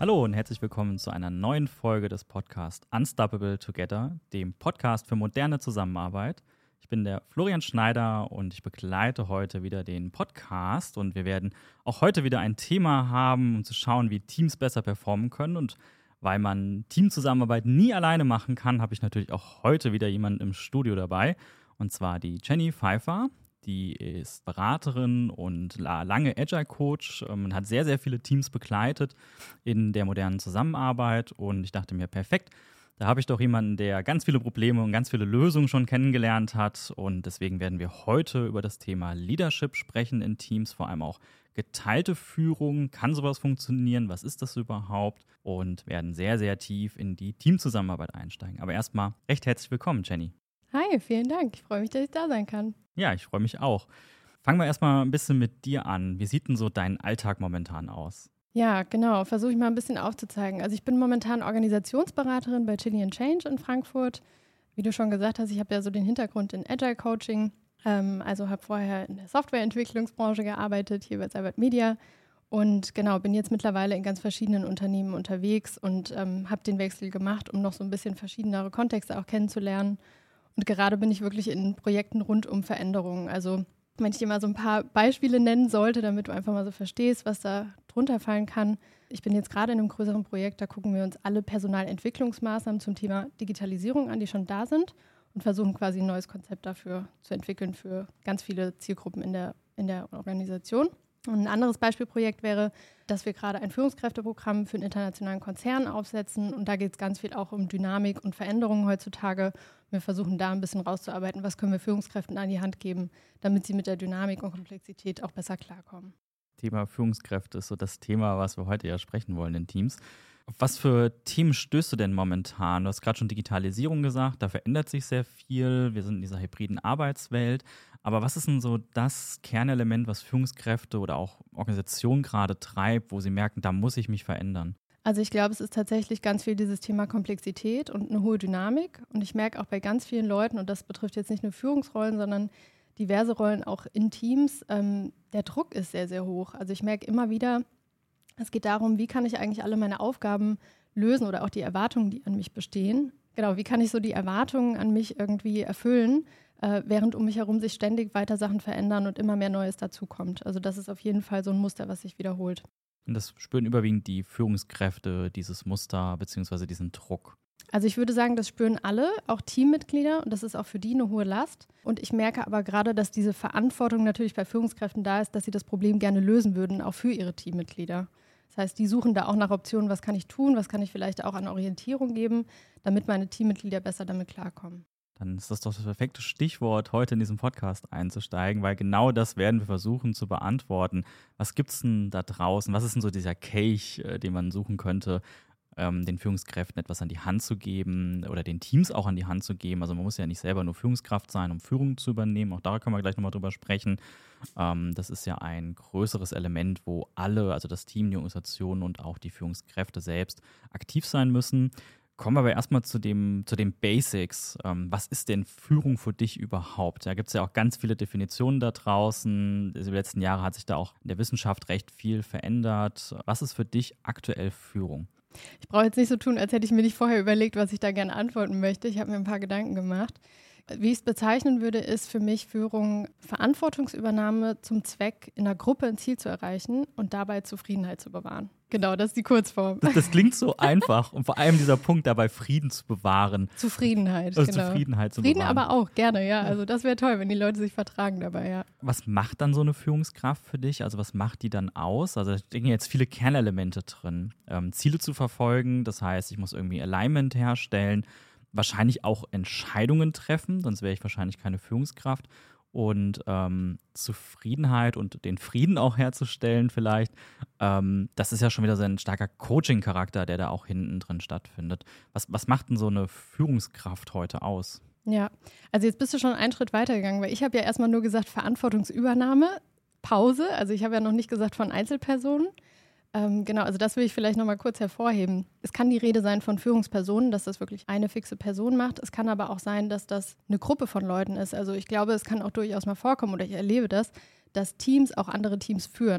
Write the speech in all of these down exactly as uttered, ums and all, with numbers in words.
Hallo und herzlich willkommen zu einer neuen Folge des Podcasts Unstoppable Together, dem Podcast für moderne Zusammenarbeit. Ich bin der Florian Schneider und ich begleite heute wieder den Podcast und wir werden auch heute wieder ein Thema haben, um zu schauen, wie Teams besser performen können. Und weil man Teamzusammenarbeit nie alleine machen kann, habe ich natürlich auch heute wieder jemanden im Studio dabei, und zwar die Jenny Pfeiffer. Die ist Beraterin und lange Agile-Coach und hat sehr, sehr viele Teams begleitet in der modernen Zusammenarbeit. Und ich dachte mir, perfekt, da habe ich doch jemanden, der ganz viele Probleme und ganz viele Lösungen schon kennengelernt hat. Und deswegen werden wir heute über das Thema Leadership sprechen in Teams, vor allem auch geteilte Führung. Kann sowas funktionieren? Was ist das überhaupt? Und werden sehr, sehr tief in die Teamzusammenarbeit einsteigen. Aber erstmal recht herzlich willkommen, Jenny. Hi, vielen Dank. Ich freue mich, dass ich da sein kann. Ja, ich freue mich auch. Fangen wir erstmal ein bisschen mit dir an. Wie sieht denn so dein Alltag momentan aus? Ja, genau. Versuche ich mal ein bisschen aufzuzeigen. Also ich bin momentan Organisationsberaterin bei Chili and Change in Frankfurt. Wie du schon gesagt hast, ich habe ja so den Hintergrund in Agile Coaching. Ähm, also habe vorher in der Softwareentwicklungsbranche gearbeitet, hier bei Cybert Media. Und genau, bin jetzt mittlerweile in ganz verschiedenen Unternehmen unterwegs und ähm, habe den Wechsel gemacht, um noch so ein bisschen verschiedenere Kontexte auch kennenzulernen. Und gerade bin ich wirklich in Projekten rund um Veränderungen. Also wenn ich dir mal so ein paar Beispiele nennen sollte, damit du einfach mal so verstehst, was da drunter fallen kann. Ich bin jetzt gerade in einem größeren Projekt, da gucken wir uns alle Personalentwicklungsmaßnahmen zum Thema Digitalisierung an, die schon da sind, und versuchen quasi ein neues Konzept dafür zu entwickeln für ganz viele Zielgruppen in der, in der Organisation. Und ein anderes Beispielprojekt wäre, dass wir gerade ein Führungskräfteprogramm für einen internationalen Konzern aufsetzen. Und da geht es ganz viel auch um Dynamik und Veränderungen heutzutage. Wir versuchen da ein bisschen rauszuarbeiten, was können wir Führungskräften an die Hand geben, damit sie mit der Dynamik und Komplexität auch besser klarkommen. Thema Führungskräfte ist so das Thema, was wir heute ja sprechen wollen in Teams. Auf was für Themen stößt du denn momentan? Du hast gerade schon Digitalisierung gesagt, da verändert sich sehr viel. Wir sind in dieser hybriden Arbeitswelt. Aber was ist denn so das Kernelement, was Führungskräfte oder auch Organisationen gerade treibt, wo sie merken, da muss ich mich verändern? Also ich glaube, es ist tatsächlich ganz viel dieses Thema Komplexität und eine hohe Dynamik. Und ich merke auch bei ganz vielen Leuten, und das betrifft jetzt nicht nur Führungsrollen, sondern diverse Rollen auch in Teams, ähm, der Druck ist sehr, sehr hoch. Also ich merke immer wieder, es geht darum, wie kann ich eigentlich alle meine Aufgaben lösen oder auch die Erwartungen, die an mich bestehen. Genau, wie kann ich so die Erwartungen an mich irgendwie erfüllen, äh, während um mich herum sich ständig weiter Sachen verändern und immer mehr Neues dazukommt. Also das ist auf jeden Fall so ein Muster, was sich wiederholt. Und das spüren überwiegend die Führungskräfte, dieses Muster bzw. diesen Druck. Also ich würde sagen, das spüren alle, auch Teammitglieder, und das ist auch für die eine hohe Last. Und ich merke aber gerade, dass diese Verantwortung natürlich bei Führungskräften da ist, dass sie das Problem gerne lösen würden, auch für ihre Teammitglieder. Das heißt, die suchen da auch nach Optionen, was kann ich tun, was kann ich vielleicht auch an Orientierung geben, damit meine Teammitglieder besser damit klarkommen. Dann ist das doch das perfekte Stichwort, heute in diesem Podcast einzusteigen, weil genau das werden wir versuchen zu beantworten. Was gibt es denn da draußen? Was ist denn so dieser Kelch, den man suchen könnte, ähm, den Führungskräften etwas an die Hand zu geben oder den Teams auch an die Hand zu geben? Also man muss ja nicht selber nur Führungskraft sein, um Führung zu übernehmen. Auch da können wir gleich nochmal drüber sprechen. Ähm, das ist ja ein größeres Element, wo alle, also das Team, die Organisation und auch die Führungskräfte selbst aktiv sein müssen. Kommen wir aber erstmal zu dem, zu den Basics. Ähm, was ist denn Führung für dich überhaupt? Da gibt es ja auch ganz viele Definitionen da draußen. Die letzten Jahre hat sich da auch in der Wissenschaft recht viel verändert. Was ist für dich aktuell Führung? Ich brauche jetzt nicht so tun, als hätte ich mir nicht vorher überlegt, was ich da gerne antworten möchte. Ich habe mir ein paar Gedanken gemacht. Wie ich es bezeichnen würde, ist für mich Führung Verantwortungsübernahme zum Zweck, in einer Gruppe ein Ziel zu erreichen und dabei Zufriedenheit zu bewahren. Genau, das ist die Kurzform. Das, das klingt so einfach und vor allem dieser Punkt dabei, Frieden zu bewahren. Zufriedenheit, also genau. Zufriedenheit zu Frieden bewahren. aber auch, gerne, ja. Also das wäre toll, wenn die Leute sich vertragen dabei, ja. Was macht dann so eine Führungskraft für dich? Also was macht die dann aus? Also da stecken jetzt viele Kernelemente drin. Ähm, Ziele zu verfolgen, das heißt, ich muss irgendwie Alignment herstellen, wahrscheinlich auch Entscheidungen treffen, sonst wäre ich wahrscheinlich keine Führungskraft. Und ähm, Zufriedenheit und den Frieden auch herzustellen vielleicht, ähm, das ist ja schon wieder so ein starker Coaching-Charakter, der da auch hinten drin stattfindet. Was, was macht denn so eine Führungskraft heute aus? Ja, also jetzt bist du schon einen Schritt weitergegangen, weil ich habe ja erstmal nur gesagt Verantwortungsübernahme, Pause, also ich habe ja noch nicht gesagt von Einzelpersonen. Ähm, genau, also das will ich vielleicht nochmal kurz hervorheben. Es kann die Rede sein von Führungspersonen, dass das wirklich eine fixe Person macht. Es kann aber auch sein, dass das eine Gruppe von Leuten ist. Also ich glaube, es kann auch durchaus mal vorkommen, oder ich erlebe das, dass Teams auch andere Teams führen.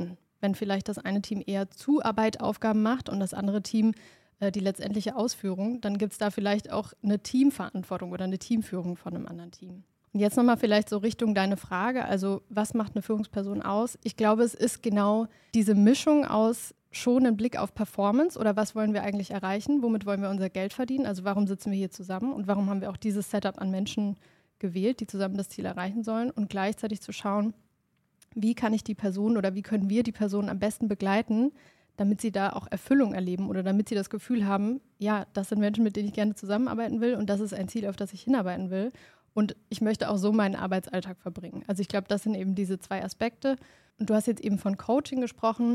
wenn vielleicht das eine Team eher Zuarbeitaufgaben macht und das andere Team äh, die letztendliche Ausführung, dann gibt es da vielleicht auch eine Teamverantwortung oder eine Teamführung von einem anderen Team. Und jetzt nochmal vielleicht so Richtung deine Frage, also was macht eine Führungsperson aus? Ich glaube, es ist genau diese Mischung aus schon einen Blick auf Performance oder was wollen wir eigentlich erreichen, womit wollen wir unser Geld verdienen, also warum sitzen wir hier zusammen und warum haben wir auch dieses Setup an Menschen gewählt, die zusammen das Ziel erreichen sollen und gleichzeitig zu schauen, wie kann ich die Person oder wie können wir die Person am besten begleiten, damit sie da auch Erfüllung erleben oder damit sie das Gefühl haben, ja, das sind Menschen, mit denen ich gerne zusammenarbeiten will und das ist ein Ziel, auf das ich hinarbeiten will und ich möchte auch so meinen Arbeitsalltag verbringen. Also ich glaube, das sind eben diese zwei Aspekte und du hast jetzt eben von Coaching gesprochen.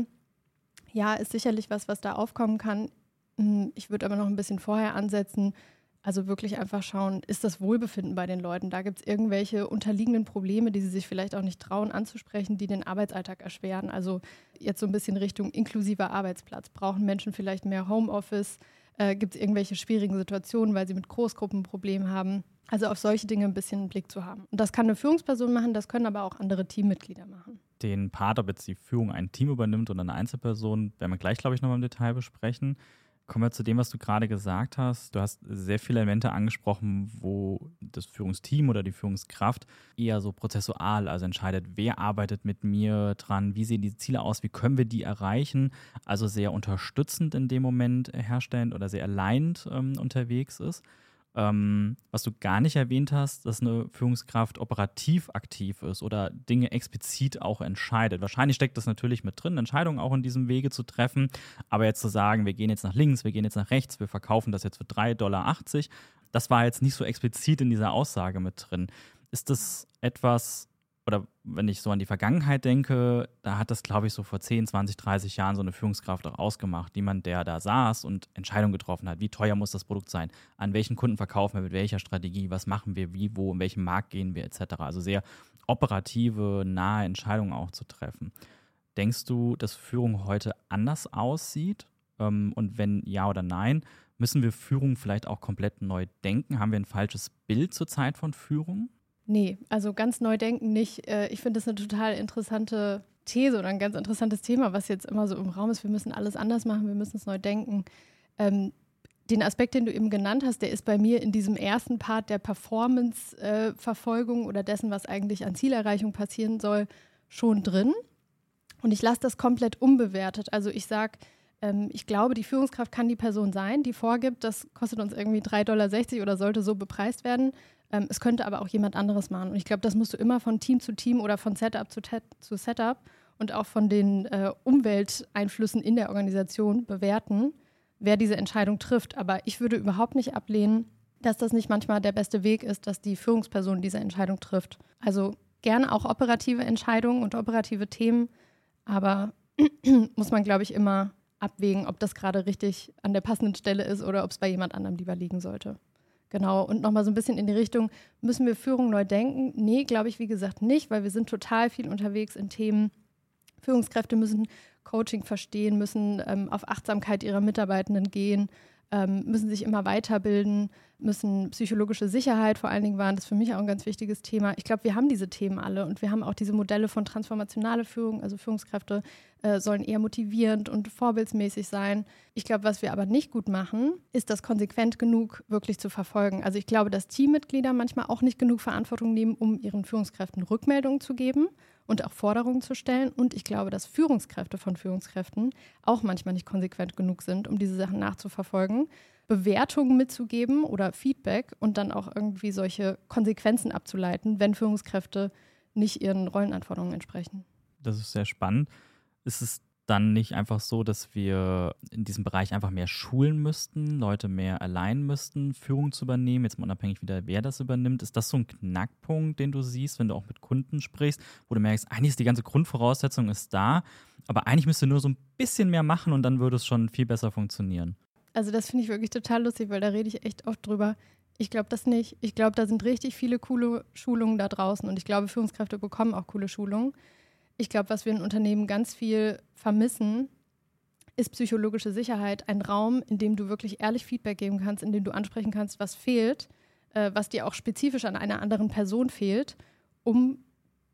Ja, ist sicherlich was, was da aufkommen kann. Ich würde aber noch ein bisschen vorher ansetzen. Also wirklich einfach schauen, ist das Wohlbefinden bei den Leuten? Da gibt es irgendwelche unterliegenden Probleme, die sie sich vielleicht auch nicht trauen anzusprechen, die den Arbeitsalltag erschweren. Also jetzt so ein bisschen Richtung inklusiver Arbeitsplatz. Brauchen Menschen vielleicht mehr Homeoffice? Äh, gibt es irgendwelche schwierigen Situationen, weil sie mit Großgruppen ein Problem haben? Also auf solche Dinge ein bisschen einen Blick zu haben. Und das kann eine Führungsperson machen, das können aber auch andere Teammitglieder machen. Den Part, ob jetzt die Führung ein Team übernimmt oder eine Einzelperson, werden wir gleich, glaube ich, nochmal im Detail besprechen. Kommen wir zu dem, was du gerade gesagt hast. Du hast sehr viele Elemente angesprochen, wo das Führungsteam oder die Führungskraft eher so prozessual, also entscheidet, wer arbeitet mit mir dran, wie sehen die Ziele aus, wie können wir die erreichen, also sehr unterstützend in dem Moment herstellend oder sehr aligned ähm, unterwegs ist. Ähm, was du gar nicht erwähnt hast, dass eine Führungskraft operativ aktiv ist oder Dinge explizit auch entscheidet. Wahrscheinlich steckt das natürlich mit drin, Entscheidungen auch in diesem Wege zu treffen. Aber jetzt zu sagen, wir gehen jetzt nach links, wir gehen jetzt nach rechts, wir verkaufen das jetzt für drei Dollar achtzig, das war jetzt nicht so explizit in dieser Aussage mit drin. Ist das etwas, oder wenn ich so an die Vergangenheit denke, da hat das, glaube ich, so vor zehn, zwanzig, dreißig Jahren so eine Führungskraft auch ausgemacht. Jemand, der da saß und Entscheidungen getroffen hat. Wie teuer muss das Produkt sein? An welchen Kunden verkaufen wir, mit welcher Strategie? Was machen wir, wie, wo, in welchem Markt gehen wir, et cetera. Also sehr operative, nahe Entscheidungen auch zu treffen. Denkst du, dass Führung heute anders aussieht? Und wenn ja oder nein, müssen wir Führung vielleicht auch komplett neu denken? Haben wir ein falsches Bild zurzeit von Führung? Nee, also ganz neu denken nicht. Ich finde das eine total interessante These oder ein ganz interessantes Thema, was jetzt immer so im Raum ist. Wir müssen alles anders machen, wir müssen es neu denken. Ähm, den Aspekt, den du eben genannt hast, der ist bei mir in diesem ersten Part der Performance-Verfolgung oder dessen, was eigentlich an Zielerreichung passieren soll, schon drin. Und ich lasse das komplett unbewertet. Also ich sage, ähm, ich glaube, die Führungskraft kann die Person sein, die vorgibt, das kostet uns irgendwie drei Dollar sechzig oder sollte so bepreist werden. Ähm, es könnte aber auch jemand anderes machen. Und ich glaube, das musst du immer von Team zu Team oder von Setup zu, te- zu Setup und auch von den äh, Umwelteinflüssen in der Organisation bewerten, wer diese Entscheidung trifft. Aber ich würde überhaupt nicht ablehnen, dass das nicht manchmal der beste Weg ist, dass die Führungsperson diese Entscheidung trifft. Also gerne auch operative Entscheidungen und operative Themen, aber muss man, glaube ich, immer abwägen, ob das gerade richtig an der passenden Stelle ist oder ob es bei jemand anderem lieber liegen sollte. Genau, und nochmal so ein bisschen in die Richtung, müssen wir Führung neu denken? Nee, glaube ich, wie gesagt, nicht, weil wir sind total viel unterwegs in Themen. Führungskräfte müssen Coaching verstehen, müssen ähm, auf Achtsamkeit ihrer Mitarbeitenden gehen, ähm, müssen sich immer weiterbilden, müssen psychologische Sicherheit vor allen Dingen wahren. Das ist für mich auch ein ganz wichtiges Thema. Ich glaube, wir haben diese Themen alle und wir haben auch diese Modelle von transformationaler Führung. Also Führungskräfte äh, sollen eher motivierend und vorbildsmäßig sein. Ich glaube, was wir aber nicht gut machen, ist das konsequent genug wirklich zu verfolgen. Also ich glaube, dass Teammitglieder manchmal auch nicht genug Verantwortung nehmen, um ihren Führungskräften Rückmeldungen zu geben und auch Forderungen zu stellen. Und ich glaube, dass Führungskräfte von Führungskräften auch manchmal nicht konsequent genug sind, um diese Sachen nachzuverfolgen, Bewertungen mitzugeben oder Feedback und dann auch irgendwie solche Konsequenzen abzuleiten, wenn Führungskräfte nicht ihren Rollenanforderungen entsprechen. Das ist sehr spannend. Ist es dann nicht einfach so, dass wir in diesem Bereich einfach mehr schulen müssten, Leute mehr allein müssten, Führung zu übernehmen, jetzt mal unabhängig wieder, wer das übernimmt? Ist das so ein Knackpunkt, den du siehst, wenn du auch mit Kunden sprichst, wo du merkst, eigentlich ist die ganze Grundvoraussetzung ist da, aber eigentlich müsst ihr nur so ein bisschen mehr machen und dann würde es schon viel besser funktionieren? Also das finde ich wirklich total lustig, weil da rede ich echt oft drüber. Ich glaube das nicht. Ich glaube, da sind richtig viele coole Schulungen da draußen und ich glaube, Führungskräfte bekommen auch coole Schulungen. Ich glaube, was wir in Unternehmen ganz viel vermissen, ist psychologische Sicherheit. Ein Raum, in dem du wirklich ehrlich Feedback geben kannst, in dem du ansprechen kannst, was fehlt, äh, was dir auch spezifisch an einer anderen Person fehlt, um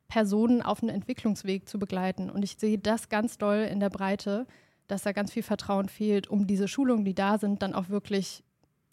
Personen auf einen Entwicklungsweg zu begleiten. Und ich sehe das ganz doll in der Breite, dass da ganz viel Vertrauen fehlt, um diese Schulungen, die da sind, dann auch wirklich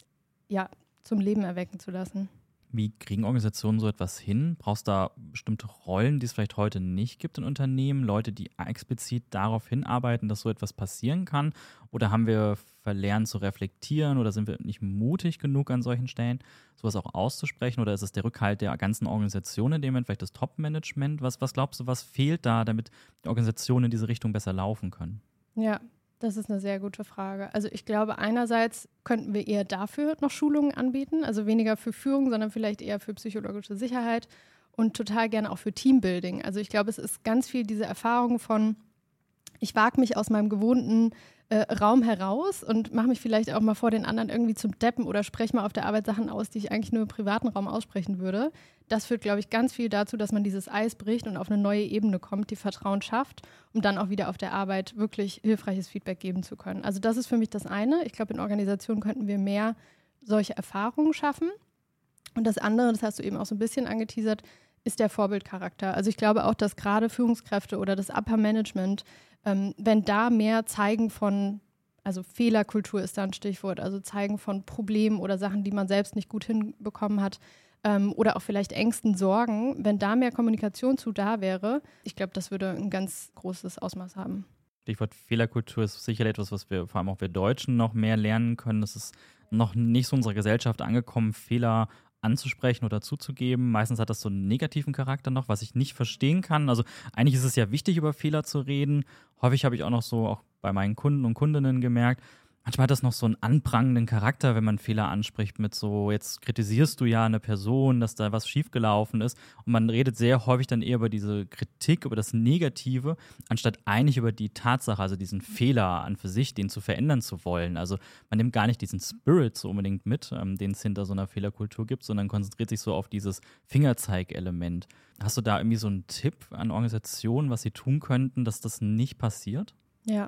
ja, zum Leben erwecken zu lassen. Wie kriegen Organisationen so etwas hin? Brauchst du da bestimmte Rollen, die es vielleicht heute nicht gibt in Unternehmen? Leute, die explizit darauf hinarbeiten, dass so etwas passieren kann? Oder haben wir verlernt zu reflektieren oder sind wir nicht mutig genug an solchen Stellen, sowas auch auszusprechen? Oder ist es der Rückhalt der ganzen Organisation in dem Moment, vielleicht das Top-Management? Was, was glaubst du, was fehlt da, damit die Organisationen in diese Richtung besser laufen können? Ja, das ist eine sehr gute Frage. Also ich glaube, einerseits könnten wir eher dafür noch Schulungen anbieten, also weniger für Führung, sondern vielleicht eher für psychologische Sicherheit und total gerne auch für Teambuilding. Also ich glaube, es ist ganz viel diese Erfahrung von, ich wage mich aus meinem gewohnten äh, Raum heraus und mache mich vielleicht auch mal vor den anderen irgendwie zum Deppen oder spreche mal auf der Arbeit Sachen aus, die ich eigentlich nur im privaten Raum aussprechen würde. Das führt, glaube ich, ganz viel dazu, dass man dieses Eis bricht und auf eine neue Ebene kommt, die Vertrauen schafft, um dann auch wieder auf der Arbeit wirklich hilfreiches Feedback geben zu können. Also das ist für mich das eine. Ich glaube, in Organisationen könnten wir mehr solche Erfahrungen schaffen. Und das andere, das hast du eben auch so ein bisschen angeteasert, ist der Vorbildcharakter. Also ich glaube auch, dass gerade Führungskräfte oder das Upper Management, ähm, wenn da mehr zeigen von, also Fehlerkultur ist da ein Stichwort, also zeigen von Problemen oder Sachen, die man selbst nicht gut hinbekommen hat, ähm, oder auch vielleicht Ängsten, Sorgen, wenn da mehr Kommunikation zu da wäre, ich glaube, das würde ein ganz großes Ausmaß haben. Stichwort Fehlerkultur ist sicherlich etwas, was wir, vor allem auch wir Deutschen, noch mehr lernen können. Es ist noch nicht so in unserer Gesellschaft angekommen, Fehler anzusprechen oder zuzugeben. Meistens hat das so einen negativen Charakter noch, was ich nicht verstehen kann. Also eigentlich ist es ja wichtig, über Fehler zu reden. Häufig habe ich auch noch so, auch bei meinen Kunden und Kundinnen gemerkt, manchmal hat das noch so einen anprangenden Charakter, wenn man Fehler anspricht mit so, jetzt kritisierst du ja eine Person, dass da was schiefgelaufen ist. Und man redet sehr häufig dann eher über diese Kritik, über das Negative, anstatt eigentlich über die Tatsache, also diesen Fehler an für sich, den zu verändern zu wollen. Also man nimmt gar nicht diesen Spirit so unbedingt mit, ähm, den es hinter so einer Fehlerkultur gibt, sondern konzentriert sich so auf dieses Fingerzeigelement. Hast du da irgendwie so einen Tipp an Organisationen, was sie tun könnten, dass das nicht passiert? Ja.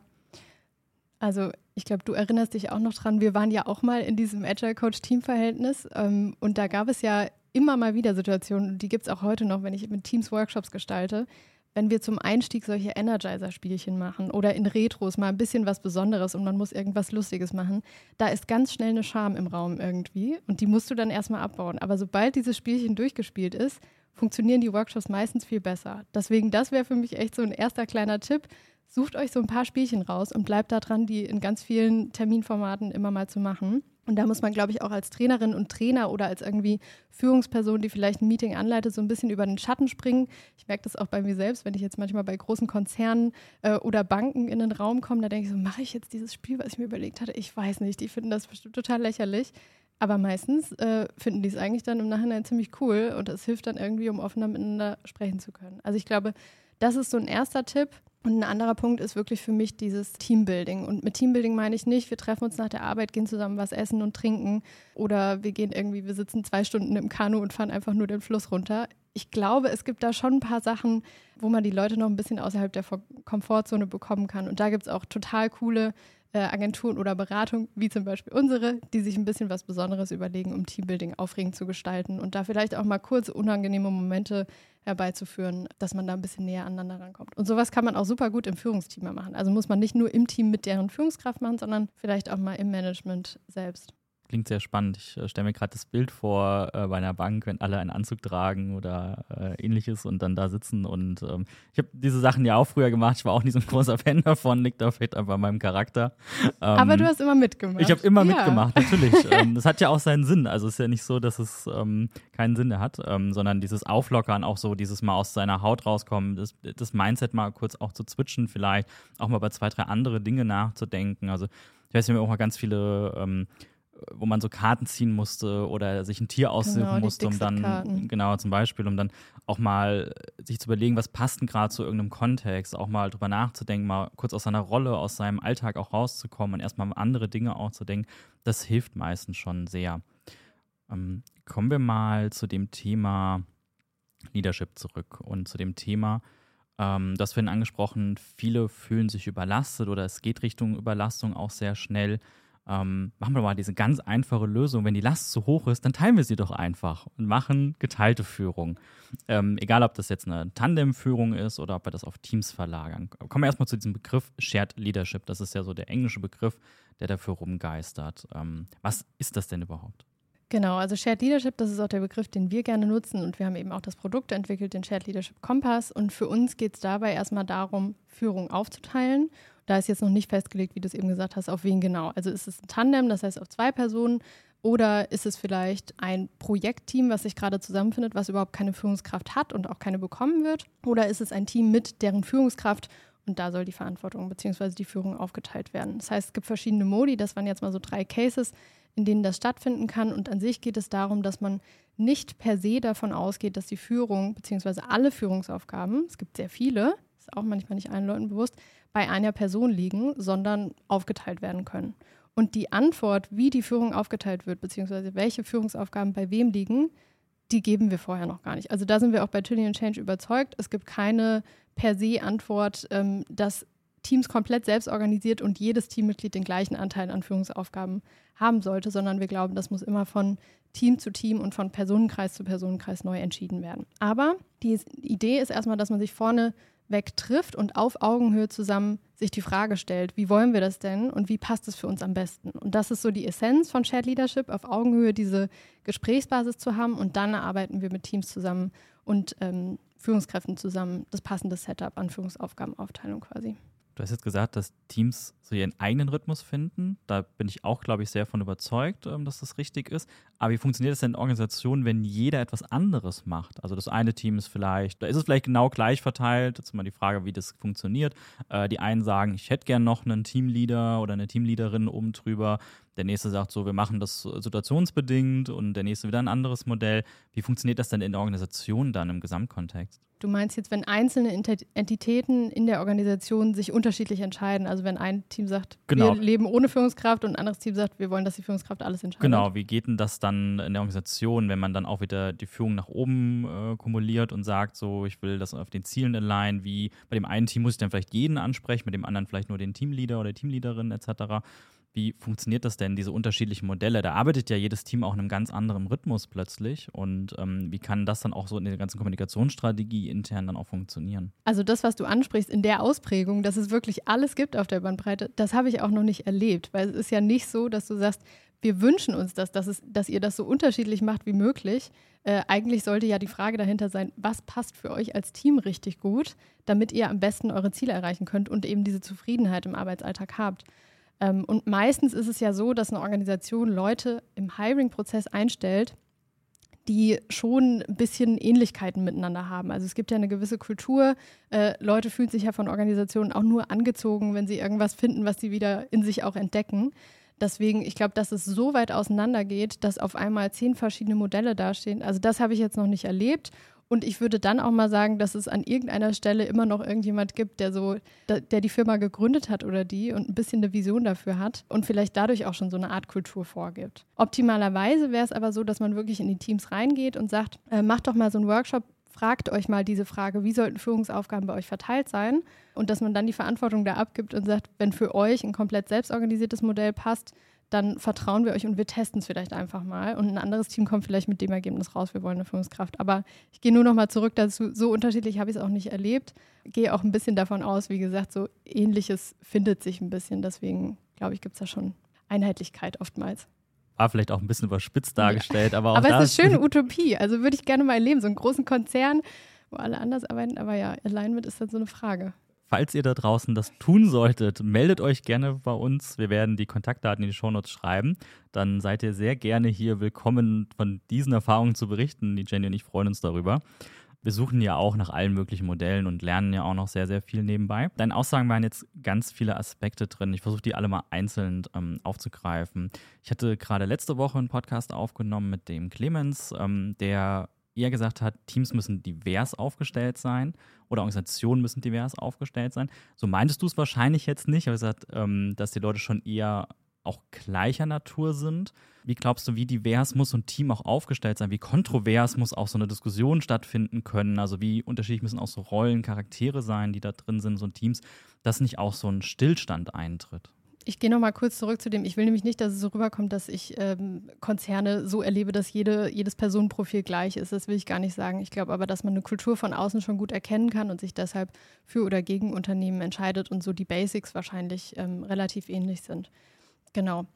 Also ich glaube, du erinnerst dich auch noch dran, wir waren ja auch mal in diesem Agile-Coach-Team-Verhältnis ähm, und da gab es ja immer mal wieder Situationen, die gibt es auch heute noch, wenn ich mit Teams Workshops gestalte, wenn wir zum Einstieg solche Energizer-Spielchen machen oder in Retros mal ein bisschen was Besonderes und man muss irgendwas Lustiges machen, da ist ganz schnell eine Scham im Raum irgendwie und die musst du dann erstmal abbauen. Aber sobald dieses Spielchen durchgespielt ist, funktionieren die Workshops meistens viel besser. Deswegen, das wäre für mich echt so ein erster kleiner Tipp. Sucht euch so ein paar Spielchen raus und bleibt da dran, die in ganz vielen Terminformaten immer mal zu machen. Und da muss man, glaube ich, auch als Trainerin und Trainer oder als irgendwie Führungsperson, die vielleicht ein Meeting anleitet, so ein bisschen über den Schatten springen. Ich merke das auch bei mir selbst, wenn ich jetzt manchmal bei großen Konzernen äh, oder Banken in den Raum komme, da denke ich so, mache ich jetzt dieses Spiel, was ich mir überlegt hatte? Ich weiß nicht, die finden das bestimmt total lächerlich. Aber meistens äh, finden die es eigentlich dann im Nachhinein ziemlich cool und es hilft dann irgendwie, um offener miteinander sprechen zu können. Also ich glaube, das ist so ein erster Tipp. Und ein anderer Punkt ist wirklich für mich dieses Teambuilding. Und mit Teambuilding meine ich nicht, wir treffen uns nach der Arbeit, gehen zusammen was essen und trinken oder wir gehen irgendwie, wir sitzen zwei Stunden im Kanu und fahren einfach nur den Fluss runter. Ich glaube, es gibt da schon ein paar Sachen, wo man die Leute noch ein bisschen außerhalb der Komfortzone bekommen kann. Und da gibt es auch total coole äh, Agenturen oder Beratungen, wie zum Beispiel unsere, die sich ein bisschen was Besonderes überlegen, um Teambuilding aufregend zu gestalten und da vielleicht auch mal kurze, unangenehme Momente herbeizuführen, dass man da ein bisschen näher aneinander rankommt. Und sowas kann man auch super gut im Führungsteam machen. Also muss man nicht nur im Team mit deren Führungskraft machen, sondern vielleicht auch mal im Management selbst. Klingt sehr spannend. Ich äh, stelle mir gerade das Bild vor äh, bei einer Bank, wenn alle einen Anzug tragen oder äh, ähnliches und dann da sitzen. Und ähm, ich habe diese Sachen ja auch früher gemacht. Ich war auch nicht so ein großer Fan davon, liegt da vielleicht einfach an meinem Charakter. Ähm, Aber du hast immer mitgemacht. Ich habe immer ja. mitgemacht, natürlich. ähm, das hat ja auch seinen Sinn. Also es ist ja nicht so, dass es ähm, keinen Sinn hat, ähm, sondern dieses Auflockern, auch so dieses mal aus seiner Haut rauskommen, das, das Mindset mal kurz auch zu switchen vielleicht, auch mal bei zwei, drei andere Dinge nachzudenken. Also ich weiß, wir haben auch mal ganz viele ähm, wo man so Karten ziehen musste oder sich ein Tier aussuchen genau, musste, um dann, genau, zum Beispiel, um dann auch mal sich zu überlegen, was passt denn gerade zu irgendeinem Kontext, auch mal drüber nachzudenken, mal kurz aus seiner Rolle, aus seinem Alltag auch rauszukommen und erstmal andere Dinge auch zu denken, das hilft meistens schon sehr. Ähm, kommen wir mal zu dem Thema Leadership zurück und zu dem Thema, ähm, das vorhin angesprochen, viele fühlen sich überlastet oder es geht Richtung Überlastung auch sehr schnell. ähm, machen wir mal diese ganz einfache Lösung. Wenn die Last zu hoch ist, dann teilen wir sie doch einfach und machen geteilte Führung. Ähm, egal, ob das jetzt eine Tandemführung ist oder ob wir das auf Teams verlagern. Kommen wir erstmal zu diesem Begriff Shared Leadership. Das ist ja so der englische Begriff, der dafür rumgeistert. Ähm, was ist das denn überhaupt? Genau, also Shared Leadership, das ist auch der Begriff, den wir gerne nutzen, und wir haben eben auch das Produkt entwickelt, den Shared Leadership Kompass, und für uns geht es dabei erstmal darum, Führung aufzuteilen. Da ist jetzt noch nicht festgelegt, wie du es eben gesagt hast, auf wen genau. Also ist es ein Tandem, das heißt auf zwei Personen, oder ist es vielleicht ein Projektteam, was sich gerade zusammenfindet, was überhaupt keine Führungskraft hat und auch keine bekommen wird, oder ist es ein Team mit deren Führungskraft, und da soll die Verantwortung bzw. die Führung aufgeteilt werden. Das heißt, es gibt verschiedene Modi, das waren jetzt mal so drei Cases, in denen das stattfinden kann, und an sich geht es darum, dass man nicht per se davon ausgeht, dass die Führung bzw. alle Führungsaufgaben, es gibt sehr viele, ist auch manchmal nicht allen Leuten bewusst, bei einer Person liegen, sondern aufgeteilt werden können. Und die Antwort, wie die Führung aufgeteilt wird, beziehungsweise welche Führungsaufgaben bei wem liegen, die geben wir vorher noch gar nicht. Also da sind wir auch bei Chili and Change überzeugt. Es gibt keine per se Antwort, ähm, dass Teams komplett selbst organisiert und jedes Teammitglied den gleichen Anteil an Führungsaufgaben haben sollte, sondern wir glauben, das muss immer von Team zu Team und von Personenkreis zu Personenkreis neu entschieden werden. Aber die Idee ist erstmal, dass man sich vorne weg trifft und auf Augenhöhe zusammen sich die Frage stellt, wie wollen wir das denn und wie passt es für uns am besten? Und das ist so die Essenz von Shared Leadership, auf Augenhöhe diese Gesprächsbasis zu haben, und dann arbeiten wir mit Teams zusammen und ähm, Führungskräften zusammen das passende Setup an Führungsaufgabenaufteilung quasi. Du hast jetzt gesagt, dass Teams so ihren eigenen Rhythmus finden. Da bin ich auch, glaube ich, sehr von überzeugt, dass das richtig ist. Aber wie funktioniert das denn in Organisationen, wenn jeder etwas anderes macht? Also das eine Team ist vielleicht, da ist es vielleicht genau gleich verteilt. Jetzt ist mal die Frage, wie das funktioniert. Äh, die einen sagen, ich hätte gern noch einen Teamleader oder eine Teamleaderin oben drüber. Der nächste sagt so, wir machen das situationsbedingt, und der nächste wieder ein anderes Modell. Wie funktioniert das denn in der Organisation dann im Gesamtkontext? Du meinst jetzt, wenn einzelne Entitäten in der Organisation sich unterschiedlich entscheiden? Also wenn ein Team sagt, genau, wir leben ohne Führungskraft, und ein anderes Team sagt, wir wollen, dass die Führungskraft alles entscheidet? Genau, wie geht denn das dann in der Organisation, wenn man dann auch wieder die Führung nach oben äh, kumuliert und sagt, so, ich will das auf den Zielen alignen, wie bei dem einen Team muss ich dann vielleicht jeden ansprechen, mit dem anderen vielleicht nur den Teamleader oder Teamleaderin et cetera. Wie funktioniert das denn, diese unterschiedlichen Modelle? Da arbeitet ja jedes Team auch in einem ganz anderen Rhythmus plötzlich. Und ähm, wie kann das dann auch so in der ganzen Kommunikationsstrategie intern dann auch funktionieren? Also das, was du ansprichst in der Ausprägung, dass es wirklich alles gibt auf der Bandbreite, das habe ich auch noch nicht erlebt. Weil es ist ja nicht so, dass du sagst, wir wünschen uns das, dass, es, dass ihr das so unterschiedlich macht wie möglich. Äh, eigentlich sollte ja die Frage dahinter sein, was passt für euch als Team richtig gut, damit ihr am besten eure Ziele erreichen könnt und eben diese Zufriedenheit im Arbeitsalltag habt. Und meistens ist es ja so, dass eine Organisation Leute im Hiring-Prozess einstellt, die schon ein bisschen Ähnlichkeiten miteinander haben. Also es gibt ja eine gewisse Kultur. Äh, Leute fühlen sich ja von Organisationen auch nur angezogen, wenn sie irgendwas finden, was sie wieder in sich auch entdecken. Deswegen, ich glaube, dass es so weit auseinander geht, dass auf einmal zehn verschiedene Modelle dastehen. Also das habe ich jetzt noch nicht erlebt. Und ich würde dann auch mal sagen, dass es an irgendeiner Stelle immer noch irgendjemand gibt, der so, der die Firma gegründet hat oder die und ein bisschen eine Vision dafür hat und vielleicht dadurch auch schon so eine Art Kultur vorgibt. Optimalerweise wäre es aber so, dass man wirklich in die Teams reingeht und sagt, äh, macht doch mal so einen Workshop, fragt euch mal diese Frage, wie sollten Führungsaufgaben bei euch verteilt sein? Und dass man dann die Verantwortung da abgibt und sagt, wenn für euch ein komplett selbstorganisiertes Modell passt, dann vertrauen wir euch und wir testen es vielleicht einfach mal. Und ein anderes Team kommt vielleicht mit dem Ergebnis raus, wir wollen eine Führungskraft. Aber ich gehe nur noch mal zurück dazu, so unterschiedlich habe ich es auch nicht erlebt. Gehe auch ein bisschen davon aus, wie gesagt, so Ähnliches findet sich ein bisschen. Deswegen, glaube ich, gibt es da schon Einheitlichkeit oftmals. War vielleicht auch ein bisschen überspitzt dargestellt. Ja. Aber, auch aber da es ist schöne Utopie. Also würde ich gerne mal erleben, so einen großen Konzern, wo alle anders arbeiten. Aber ja, Alignment ist dann so eine Frage. Falls ihr da draußen das tun solltet, meldet euch gerne bei uns. Wir werden die Kontaktdaten in die Shownotes schreiben. Dann seid ihr sehr gerne hier willkommen, von diesen Erfahrungen zu berichten. Die Jenny und ich freuen uns darüber. Wir suchen ja auch nach allen möglichen Modellen und lernen ja auch noch sehr, sehr viel nebenbei. Deine Aussagen waren jetzt ganz viele Aspekte drin. Ich versuche die alle mal einzeln ähm, aufzugreifen. Ich hatte gerade letzte Woche einen Podcast aufgenommen mit dem Clemens, ähm, der eher gesagt hat, Teams müssen divers aufgestellt sein oder Organisationen müssen divers aufgestellt sein. So meintest du es wahrscheinlich jetzt nicht. Ich habe gesagt, ähm, dass die Leute schon eher auch gleicher Natur sind. Wie glaubst du, wie divers muss so ein Team auch aufgestellt sein? Wie kontrovers muss auch so eine Diskussion stattfinden können? Also wie unterschiedlich müssen auch so Rollen, Charaktere sein, die da drin sind, so Teams, dass nicht auch so ein Stillstand eintritt? Ich gehe noch mal kurz zurück zu dem, ich will nämlich nicht, dass es so rüberkommt, dass ich ähm, Konzerne so erlebe, dass jede, jedes Personenprofil gleich ist. Das will ich gar nicht sagen. Ich glaube aber, dass man eine Kultur von außen schon gut erkennen kann und sich deshalb für oder gegen Unternehmen entscheidet und so die Basics wahrscheinlich ähm, relativ ähnlich sind. Genau.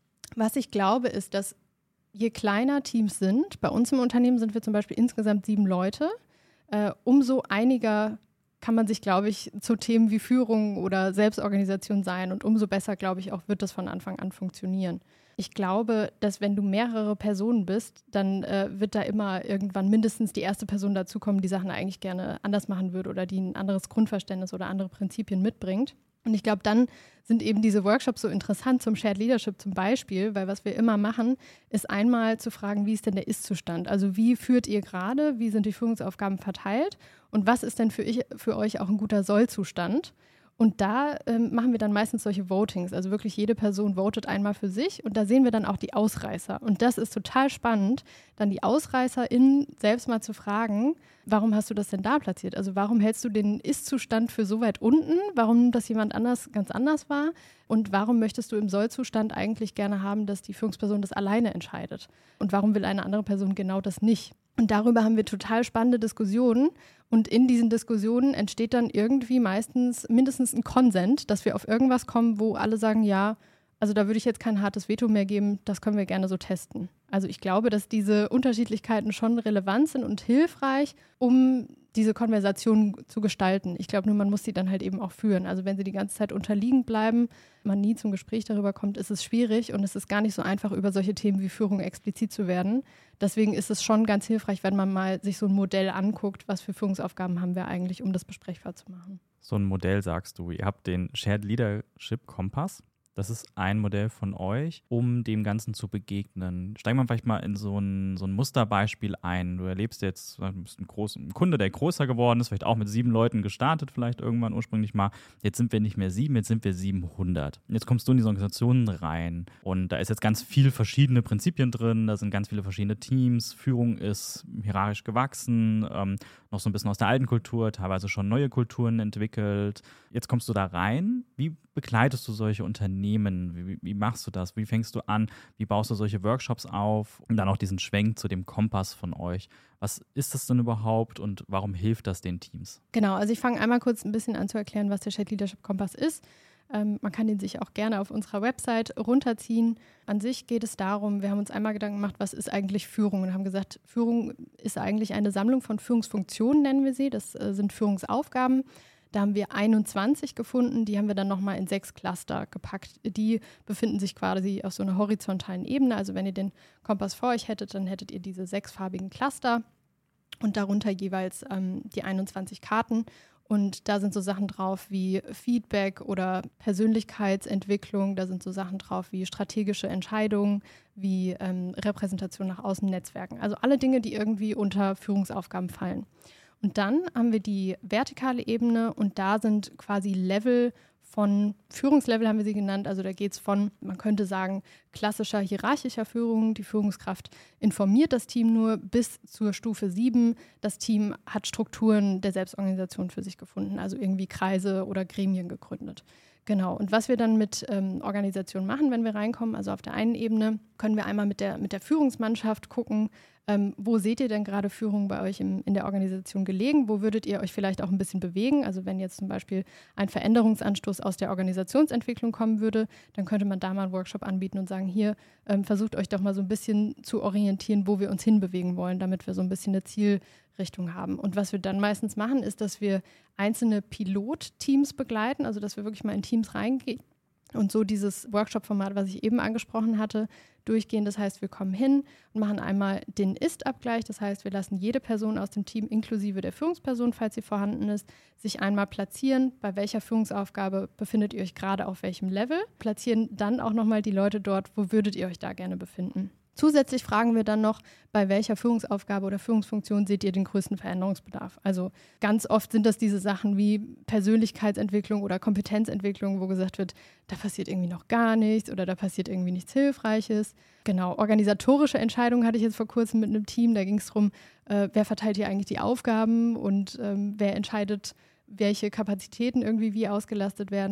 Was ich glaube, ist, dass je kleiner Teams sind, bei uns im Unternehmen sind wir zum Beispiel insgesamt sieben Leute, äh, umso einiger kann man sich, glaube ich, zu Themen wie Führung oder Selbstorganisation sein und umso besser, glaube ich, auch wird das von Anfang an funktionieren. Ich glaube, dass wenn du mehrere Personen bist, dann äh, wird da immer irgendwann mindestens die erste Person dazukommen, die Sachen eigentlich gerne anders machen würde oder die ein anderes Grundverständnis oder andere Prinzipien mitbringt. Und ich glaube, dann sind eben diese Workshops so interessant zum Shared Leadership zum Beispiel, weil was wir immer machen, ist einmal zu fragen, wie ist denn der Ist-Zustand? Also wie führt ihr gerade, wie sind die Führungsaufgaben verteilt und was ist denn für, ich, für euch auch ein guter Soll-Zustand? Und da ähm, machen wir dann meistens solche Votings, also wirklich jede Person votet einmal für sich und da sehen wir dann auch die Ausreißer. Und das ist total spannend, dann die AusreißerInnen selbst mal zu fragen, warum hast du das denn da platziert? Also warum hältst du den Ist-Zustand für so weit unten? Warum das jemand anders ganz anders war? Und warum möchtest du im Soll-Zustand eigentlich gerne haben, dass die Führungsperson das alleine entscheidet? Und warum will eine andere Person genau das nicht? Und darüber haben wir total spannende Diskussionen. Und in diesen Diskussionen entsteht dann irgendwie meistens mindestens ein Konsent, dass wir auf irgendwas kommen, wo alle sagen, ja, also da würde ich jetzt kein hartes Veto mehr geben, das können wir gerne so testen. Also ich glaube, dass diese Unterschiedlichkeiten schon relevant sind und hilfreich, um diese Konversation zu gestalten. Ich glaube nur, man muss sie dann halt eben auch führen. Also wenn sie die ganze Zeit unterliegen bleiben, man nie zum Gespräch darüber kommt, ist es schwierig und es ist gar nicht so einfach, über solche Themen wie Führung explizit zu werden. Deswegen ist es schon ganz hilfreich, wenn man mal sich so ein Modell anguckt, was für Führungsaufgaben haben wir eigentlich, um das besprechbar zu machen. So ein Modell sagst du, ihr habt den Shared Leadership Kompass. Das ist ein Modell von euch, um dem Ganzen zu begegnen. Steigen wir vielleicht mal in so ein, so ein Musterbeispiel ein. Du erlebst jetzt, du bist ein, groß, ein Kunde, der größer geworden ist, vielleicht auch mit sieben Leuten gestartet, vielleicht irgendwann ursprünglich mal. Jetzt sind wir nicht mehr sieben, jetzt sind wir siebenhundert. Jetzt kommst du in diese Organisation rein und da ist jetzt ganz viel verschiedene Prinzipien drin, da sind ganz viele verschiedene Teams, Führung ist hierarchisch gewachsen, ähm, noch so ein bisschen aus der alten Kultur, teilweise schon neue Kulturen entwickelt. Jetzt kommst du da rein. Wie begleitest du solche Unternehmen? Wie, wie machst du das? Wie fängst du an? Wie baust du solche Workshops auf? Und dann auch diesen Schwenk zu dem Kompass von euch. Was ist das denn überhaupt und warum hilft das den Teams? Genau, also ich fange einmal kurz ein bisschen an zu erklären, was der Shared Leadership Kompass ist. Ähm, man kann den sich auch gerne auf unserer Website runterziehen. An sich geht es darum, wir haben uns einmal Gedanken gemacht, was ist eigentlich Führung? Und haben gesagt, Führung ist eigentlich eine Sammlung von Führungsfunktionen, nennen wir sie. Das äh, sind Führungsaufgaben. Da haben wir einundzwanzig gefunden, die haben wir dann nochmal in sechs Cluster gepackt. Die befinden sich quasi auf so einer horizontalen Ebene. Also wenn ihr den Kompass vor euch hättet, dann hättet ihr diese sechsfarbigen Cluster und darunter jeweils ähm, die einundzwanzig Karten. Und da sind so Sachen drauf wie Feedback oder Persönlichkeitsentwicklung. Da sind so Sachen drauf wie strategische Entscheidungen, wie ähm, Repräsentation nach außen, Netzwerken. Also alle Dinge, die irgendwie unter Führungsaufgaben fallen. Und dann haben wir die vertikale Ebene und da sind quasi Level von, Führungslevel haben wir sie genannt, also da geht es von, man könnte sagen, klassischer hierarchischer Führung. Die Führungskraft informiert das Team nur bis zur Stufe sieben. Das Team hat Strukturen der Selbstorganisation für sich gefunden, also irgendwie Kreise oder Gremien gegründet. Genau, und was wir dann mit ähm, Organisationen machen, wenn wir reinkommen, also auf der einen Ebene können wir einmal mit der, mit der Führungsmannschaft gucken, ähm, wo seht ihr denn gerade Führung bei euch im, in der Organisation gelegen, wo würdet ihr euch vielleicht auch ein bisschen bewegen, also wenn jetzt zum Beispiel ein Veränderungsanstoß aus der Organisationsentwicklung kommen würde, dann könnte man da mal einen Workshop anbieten und sagen, hier, ähm, versucht euch doch mal so ein bisschen zu orientieren, wo wir uns hinbewegen wollen, damit wir so ein bisschen eine Zielrichtung haben. Und was wir dann meistens machen, ist, dass wir einzelne Pilotteams begleiten, also dass wir wirklich mal in Teams reingehen und so dieses Workshop-Format, was ich eben angesprochen hatte, durchgehen. Das heißt, wir kommen hin und machen einmal den Ist-Abgleich. Das heißt, wir lassen jede Person aus dem Team, inklusive der Führungsperson, falls sie vorhanden ist, sich einmal platzieren. Bei welcher Führungsaufgabe befindet ihr euch gerade auf welchem Level? Platzieren dann auch nochmal die Leute dort, wo würdet ihr euch da gerne befinden. Zusätzlich fragen wir dann noch, bei welcher Führungsaufgabe oder Führungsfunktion seht ihr den größten Veränderungsbedarf? Also ganz oft sind das diese Sachen wie Persönlichkeitsentwicklung oder Kompetenzentwicklung, wo gesagt wird, da passiert irgendwie noch gar nichts oder da passiert irgendwie nichts Hilfreiches. Genau, organisatorische Entscheidungen hatte ich jetzt vor kurzem mit einem Team, da ging es darum, äh, wer verteilt hier eigentlich die Aufgaben und ähm, wer entscheidet, welche Kapazitäten irgendwie wie ausgelastet werden.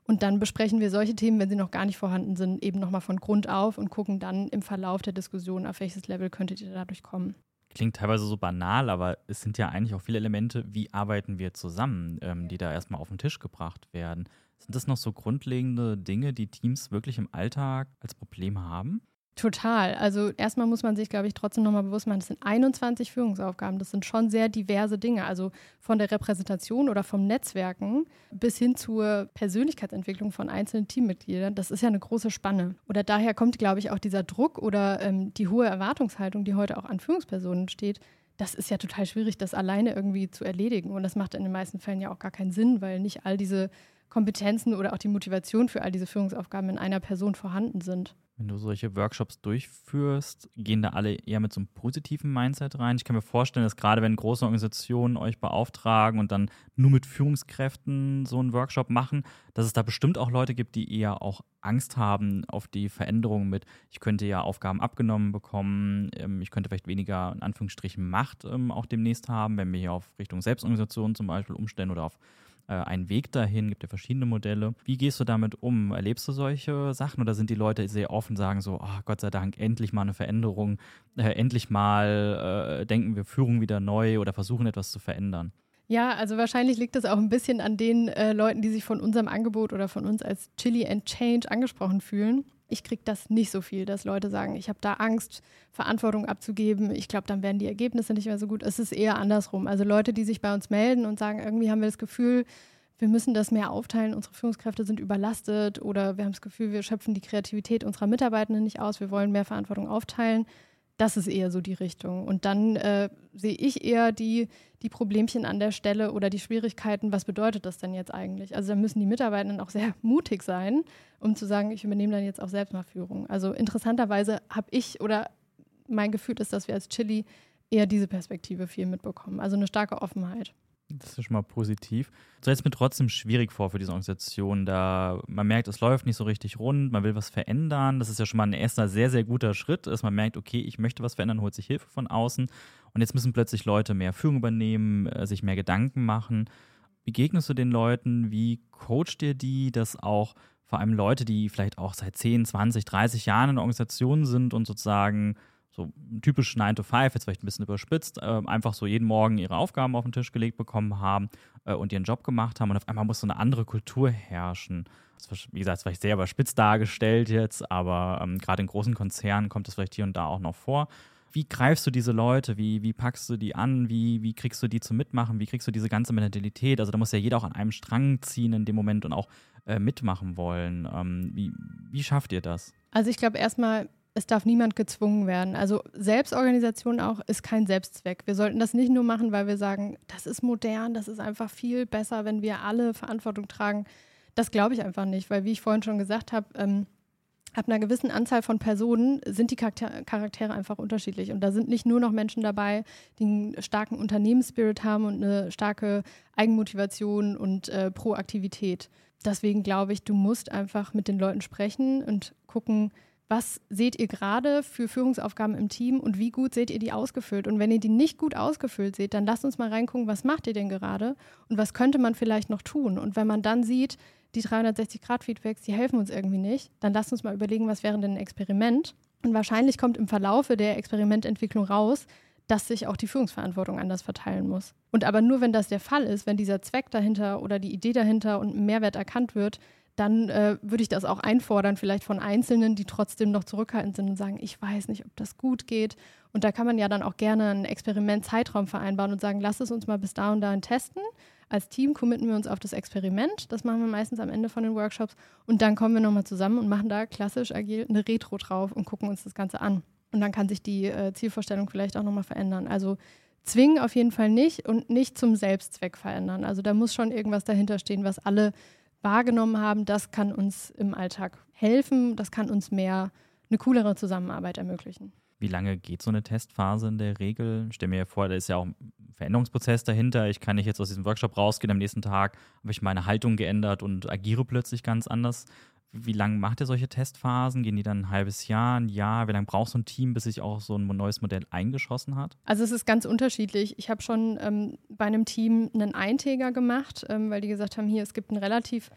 Und dann besprechen wir solche Themen, wenn sie noch gar nicht vorhanden sind, eben nochmal von Grund auf und gucken dann im Verlauf der Diskussion, auf welches Level könntet ihr dadurch kommen. Klingt teilweise so banal, aber es sind ja eigentlich auch viele Elemente, wie arbeiten wir zusammen, ähm, die da erstmal auf den Tisch gebracht werden. Sind das noch so grundlegende Dinge, die Teams wirklich im Alltag als Problem haben? Total. Also erstmal muss man sich, glaube ich, trotzdem nochmal bewusst machen, das sind einundzwanzig Führungsaufgaben. Das sind schon sehr diverse Dinge. Also von der Repräsentation oder vom Netzwerken bis hin zur Persönlichkeitsentwicklung von einzelnen Teammitgliedern. Das ist ja eine große Spanne. Oder daher kommt, glaube ich, auch dieser Druck oder ähm, die hohe Erwartungshaltung, die heute auch an Führungspersonen steht. Das ist ja total schwierig, das alleine irgendwie zu erledigen. Und das macht in den meisten Fällen ja auch gar keinen Sinn, weil nicht all diese Kompetenzen oder auch die Motivation für all diese Führungsaufgaben in einer Person vorhanden sind. Wenn du solche Workshops durchführst, gehen da alle eher mit so einem positiven Mindset rein? Ich kann mir vorstellen, dass gerade wenn große Organisationen euch beauftragen und dann nur mit Führungskräften so einen Workshop machen, dass es da bestimmt auch Leute gibt, die eher auch Angst haben auf die Veränderungen mit, ich könnte ja Aufgaben abgenommen bekommen, ich könnte vielleicht weniger, in Anführungsstrichen, Macht auch demnächst haben, wenn wir hier auf Richtung Selbstorganisation zum Beispiel umstellen oder auf einen Weg dahin, gibt ja verschiedene Modelle. Wie gehst du damit um? Erlebst du solche Sachen oder sind die Leute sehr offen, sagen so, oh, Gott sei Dank, endlich mal eine Veränderung, äh, endlich mal äh, denken wir Führung wieder neu oder versuchen etwas zu verändern? Ja, also wahrscheinlich liegt es auch ein bisschen an den äh, Leuten, die sich von unserem Angebot oder von uns als Chili and Change angesprochen fühlen. Ich kriege das nicht so viel, dass Leute sagen, ich habe da Angst, Verantwortung abzugeben. Ich glaube, dann werden die Ergebnisse nicht mehr so gut. Es ist eher andersrum. Also Leute, die sich bei uns melden und sagen, irgendwie haben wir das Gefühl, wir müssen das mehr aufteilen, unsere Führungskräfte sind überlastet oder wir haben das Gefühl, wir schöpfen die Kreativität unserer Mitarbeitenden nicht aus, wir wollen mehr Verantwortung aufteilen. Das ist eher so die Richtung. Und dann äh, sehe ich eher die, die Problemchen an der Stelle oder die Schwierigkeiten, was bedeutet das denn jetzt eigentlich? Also da müssen die Mitarbeitenden auch sehr mutig sein, um zu sagen, ich übernehme dann jetzt auch selbst mal Führung. Also interessanterweise habe ich oder mein Gefühl ist, dass wir als Chili eher diese Perspektive viel mitbekommen. Also eine starke Offenheit. Das ist schon mal positiv. So, jetzt mir trotzdem schwierig vor für diese Organisation, da man merkt, es läuft nicht so richtig rund, man will was verändern. Das ist ja schon mal ein erster sehr, sehr guter Schritt, dass man merkt, okay, ich möchte was verändern, holt sich Hilfe von außen. Und jetzt müssen plötzlich Leute mehr Führung übernehmen, sich mehr Gedanken machen. Wie begegnest du den Leuten? Wie coacht ihr die, dass auch vor allem Leute, die vielleicht auch seit zehn, zwanzig, dreißig Jahren in der Organisation sind und sozusagen so typisch nine to five, jetzt vielleicht ein bisschen überspitzt, äh, einfach so jeden Morgen ihre Aufgaben auf den Tisch gelegt bekommen haben äh, und ihren Job gemacht haben und auf einmal muss so eine andere Kultur herrschen. Das ist, wie gesagt, vielleicht sehr überspitzt dargestellt jetzt, aber ähm, gerade in großen Konzernen kommt das vielleicht hier und da auch noch vor. Wie greifst du diese Leute? Wie, wie packst du die an? Wie, wie kriegst du die zum Mitmachen? Wie kriegst du diese ganze Mentalität? Also da muss ja jeder auch an einem Strang ziehen in dem Moment und auch äh, mitmachen wollen. Ähm, wie, wie schafft ihr das? Also ich glaube erstmal, es darf niemand gezwungen werden. Also Selbstorganisation auch ist kein Selbstzweck. Wir sollten das nicht nur machen, weil wir sagen, das ist modern, das ist einfach viel besser, wenn wir alle Verantwortung tragen. Das glaube ich einfach nicht, weil wie ich vorhin schon gesagt habe, ähm, ab einer gewissen Anzahl von Personen sind die Charakter- Charaktere einfach unterschiedlich. Und da sind nicht nur noch Menschen dabei, die einen starken Unternehmensspirit haben und eine starke Eigenmotivation und äh, Proaktivität. Deswegen glaube ich, du musst einfach mit den Leuten sprechen und gucken, was seht ihr gerade für Führungsaufgaben im Team und wie gut seht ihr die ausgefüllt? Und wenn ihr die nicht gut ausgefüllt seht, dann lasst uns mal reingucken, was macht ihr denn gerade und was könnte man vielleicht noch tun? Und wenn man dann sieht, die dreihundertsechzig Grad Feedbacks, die helfen uns irgendwie nicht, dann lasst uns mal überlegen, was wäre denn ein Experiment? Und wahrscheinlich kommt im Verlaufe der Experimententwicklung raus, dass sich auch die Führungsverantwortung anders verteilen muss. Und aber nur, wenn das der Fall ist, wenn dieser Zweck dahinter oder die Idee dahinter und ein Mehrwert erkannt wird, dann äh, würde ich das auch einfordern, vielleicht von Einzelnen, die trotzdem noch zurückhaltend sind und sagen, ich weiß nicht, ob das gut geht. Und da kann man ja dann auch gerne einen Experiment-Zeitraum vereinbaren und sagen, lass es uns mal bis da und dahin testen. Als Team committen wir uns auf das Experiment. Das machen wir meistens am Ende von den Workshops. Und dann kommen wir nochmal zusammen und machen da klassisch agil eine Retro drauf und gucken uns das Ganze an. Und dann kann sich die äh, Zielvorstellung vielleicht auch nochmal verändern. Also zwingen auf jeden Fall nicht und nicht zum Selbstzweck verändern. Also da muss schon irgendwas dahinter stehen, was alle wahrgenommen haben, das kann uns im Alltag helfen, das kann uns mehr eine coolere Zusammenarbeit ermöglichen. Wie lange geht so eine Testphase in der Regel? Ich stelle mir vor, da ist ja auch ein Veränderungsprozess dahinter. Ich kann nicht jetzt aus diesem Workshop rausgehen, am nächsten Tag habe ich meine Haltung geändert und agiere plötzlich ganz anders. Wie lange macht ihr solche Testphasen? Gehen die dann ein halbes Jahr, ein Jahr? Wie lange braucht so ein Team, bis sich auch so ein neues Modell eingeschossen hat? Also es ist ganz unterschiedlich. Ich habe schon ähm, bei einem Team einen Eintäger gemacht, ähm, weil die gesagt haben, hier, es gibt ein relativ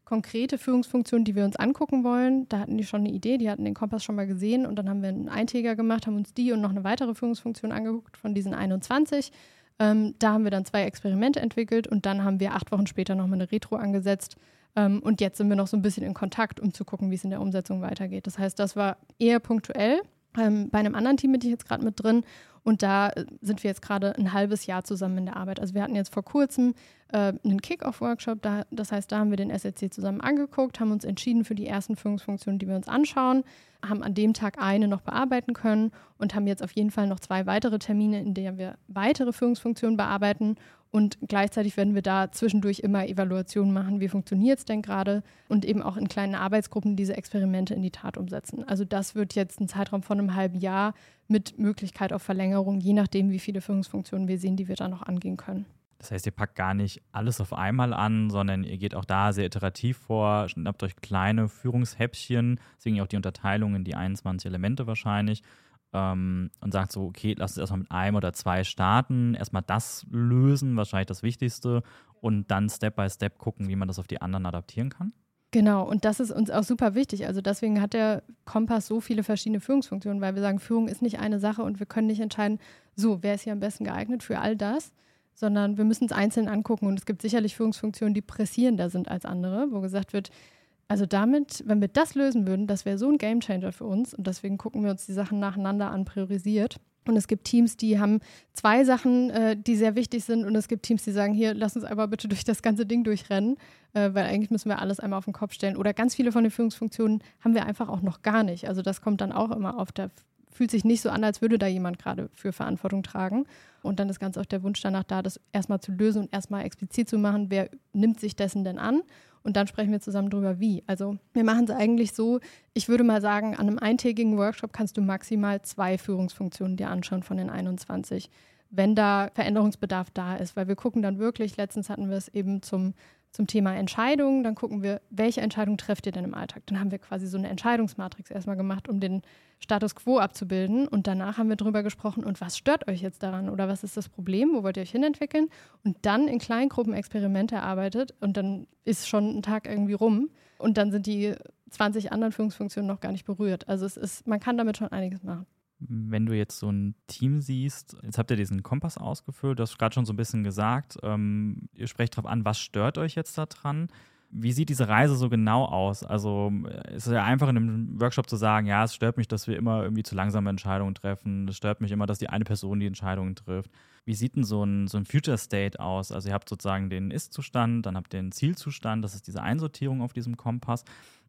konkrete Führungsfunktionen, die wir uns angucken wollen. Da hatten die schon eine Idee, die hatten den Kompass schon mal gesehen und dann haben wir einen Eintäger gemacht, haben uns die und noch eine weitere Führungsfunktion angeguckt von diesen einundzwanzig. Ähm, da haben wir dann zwei Experimente entwickelt und dann haben wir acht Wochen später nochmal eine Retro angesetzt. Ähm, und jetzt sind wir noch so ein bisschen in Kontakt, um zu gucken, wie es in der Umsetzung weitergeht. Das heißt, das war eher punktuell. Ähm, bei einem anderen Team bin ich jetzt gerade mit drin und da sind wir jetzt gerade ein halbes Jahr zusammen in der Arbeit. Also wir hatten jetzt vor kurzem äh, einen Kick-Off-Workshop, da, das heißt, da haben wir den S L C zusammen angeguckt, haben uns entschieden für die ersten Führungsfunktionen, die wir uns anschauen, haben an dem Tag eine noch bearbeiten können und haben jetzt auf jeden Fall noch zwei weitere Termine, in denen wir weitere Führungsfunktionen bearbeiten. Und gleichzeitig werden wir da zwischendurch immer Evaluationen machen, wie funktioniert es denn gerade und eben auch in kleinen Arbeitsgruppen diese Experimente in die Tat umsetzen. Also das wird jetzt ein Zeitraum von einem halben Jahr mit Möglichkeit auf Verlängerung, je nachdem, wie viele Führungsfunktionen wir sehen, die wir da noch angehen können. Das heißt, ihr packt gar nicht alles auf einmal an, sondern ihr geht auch da sehr iterativ vor, schnappt euch kleine Führungshäppchen, deswegen auch die Unterteilung in die einundzwanzig Elemente wahrscheinlich. Ähm, und sagt so, okay, lass uns erstmal mit einem oder zwei starten, erstmal das lösen, wahrscheinlich das Wichtigste und dann Step by Step gucken, wie man das auf die anderen adaptieren kann? Genau, und das ist uns auch super wichtig. Also deswegen hat der Kompass so viele verschiedene Führungsfunktionen, weil wir sagen, Führung ist nicht eine Sache und wir können nicht entscheiden, so, wer ist hier am besten geeignet für all das, sondern wir müssen es einzeln angucken und es gibt sicherlich Führungsfunktionen, die pressierender sind als andere, wo gesagt wird, also damit, wenn wir das lösen würden, das wäre so ein Gamechanger für uns und deswegen gucken wir uns die Sachen nacheinander an, priorisiert. Und es gibt Teams, die haben zwei Sachen, äh, die sehr wichtig sind und es gibt Teams, die sagen, hier, lass uns einmal bitte durch das ganze Ding durchrennen, äh, weil eigentlich müssen wir alles einmal auf den Kopf stellen. Oder ganz viele von den Führungsfunktionen haben wir einfach auch noch gar nicht. Also das kommt dann auch immer auf, da fühlt sich nicht so an, als würde da jemand gerade für Verantwortung tragen. Und dann ist ganz oft der Wunsch danach da, das erstmal zu lösen und erstmal explizit zu machen, wer nimmt sich dessen denn an? Und dann sprechen wir zusammen drüber, wie. Also wir machen es eigentlich so, ich würde mal sagen, an einem eintägigen Workshop kannst du maximal zwei Führungsfunktionen dir anschauen von den einundzwanzig, wenn da Veränderungsbedarf da ist. Weil wir gucken dann wirklich, letztens hatten wir es eben zum, zum Thema Entscheidungen, dann gucken wir, welche Entscheidung trefft ihr denn im Alltag? Dann haben wir quasi so eine Entscheidungsmatrix erstmal gemacht, um den Status quo abzubilden. Und danach haben wir drüber gesprochen, und was stört euch jetzt daran? Oder was ist das Problem? Wo wollt ihr euch hinentwickeln? Und dann in Kleingruppen Experimente erarbeitet und dann ist schon ein Tag irgendwie rum. Und dann sind die zwanzig anderen Führungsfunktionen noch gar nicht berührt. Also es ist, man kann damit schon einiges machen. Wenn du jetzt so ein Team siehst, jetzt habt ihr diesen Kompass ausgefüllt, du hast gerade schon so ein bisschen gesagt, ähm, ihr sprecht darauf an, was stört euch jetzt da dran? Wie sieht diese Reise so genau aus? Also es ist ja einfach in einem Workshop zu sagen, ja, es stört mich, dass wir immer irgendwie zu langsame Entscheidungen treffen, es stört mich immer, dass die eine Person die Entscheidungen trifft. Wie sieht denn so ein, so ein Future State aus? Also ihr habt sozusagen den Ist-Zustand, dann habt ihr den Zielzustand, das ist diese Einsortierung auf diesem Kompass.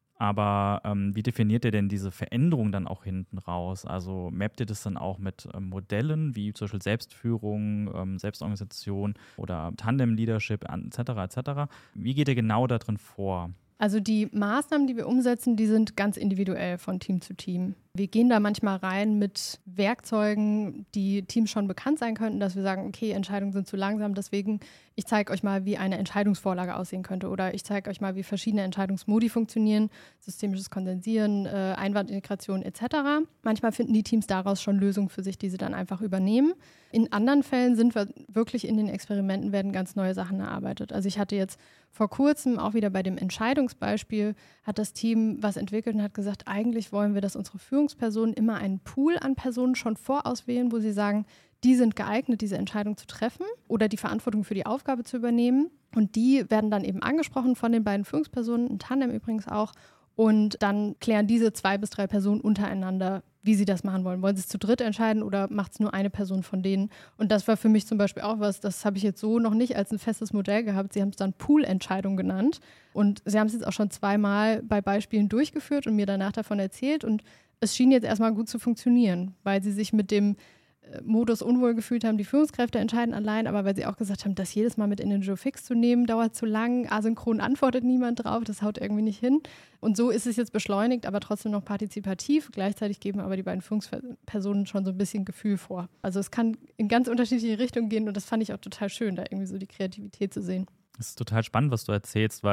Aber ähm, wie definiert ihr denn diese Veränderung dann auch hinten raus? Also mappt ihr das dann auch mit ähm, Modellen wie zum Beispiel Selbstführung, ähm, Selbstorganisation oder Tandem-Leadership et cetera et cetera? Wie geht ihr genau da drin vor? Also die Maßnahmen, die wir umsetzen, die sind ganz individuell von Team zu Team. Wir gehen da manchmal rein mit Werkzeugen, die Teams schon bekannt sein könnten, dass wir sagen, okay, Entscheidungen sind zu langsam, deswegen ich zeige euch mal, wie eine Entscheidungsvorlage aussehen könnte oder ich zeige euch mal, wie verschiedene Entscheidungsmodi funktionieren, systemisches Kondensieren, äh, Einwandintegration et cetera. Manchmal finden die Teams daraus schon Lösungen für sich, die sie dann einfach übernehmen. In anderen Fällen sind wir wirklich in den Experimenten, werden ganz neue Sachen erarbeitet. Also ich hatte jetzt vor kurzem auch wieder bei dem Entscheidungsbeispiel, hat das Team was entwickelt und hat gesagt, eigentlich wollen wir, dass unsere Führungspersonen immer einen Pool an Personen schon vorauswählen, wo sie sagen, die sind geeignet, diese Entscheidung zu treffen oder die Verantwortung für die Aufgabe zu übernehmen. Und die werden dann eben angesprochen von den beiden Führungspersonen, in Tandem übrigens auch. Und dann klären diese zwei bis drei Personen untereinander, wie sie das machen wollen. Wollen sie es zu dritt entscheiden oder macht es nur eine Person von denen? Und das war für mich zum Beispiel auch was, das habe ich jetzt so noch nicht als ein festes Modell gehabt. Sie haben es dann Pool-Entscheidung genannt. Und sie haben es jetzt auch schon zweimal bei Beispielen durchgeführt und mir danach davon erzählt. Und es schien jetzt erstmal gut zu funktionieren, weil sie sich mit dem Modus unwohl gefühlt haben, die Führungskräfte entscheiden allein, aber weil sie auch gesagt haben, das jedes Mal mit in den Joe Fix zu nehmen, dauert zu lang, asynchron antwortet niemand drauf, das haut irgendwie nicht hin. Und so ist es jetzt beschleunigt, aber trotzdem noch partizipativ. Gleichzeitig geben aber die beiden Führungspersonen schon so ein bisschen Gefühl vor. Also es kann in ganz unterschiedliche Richtungen gehen und das fand ich auch total schön, da irgendwie so die Kreativität zu sehen. Es ist total spannend, was du erzählst, weil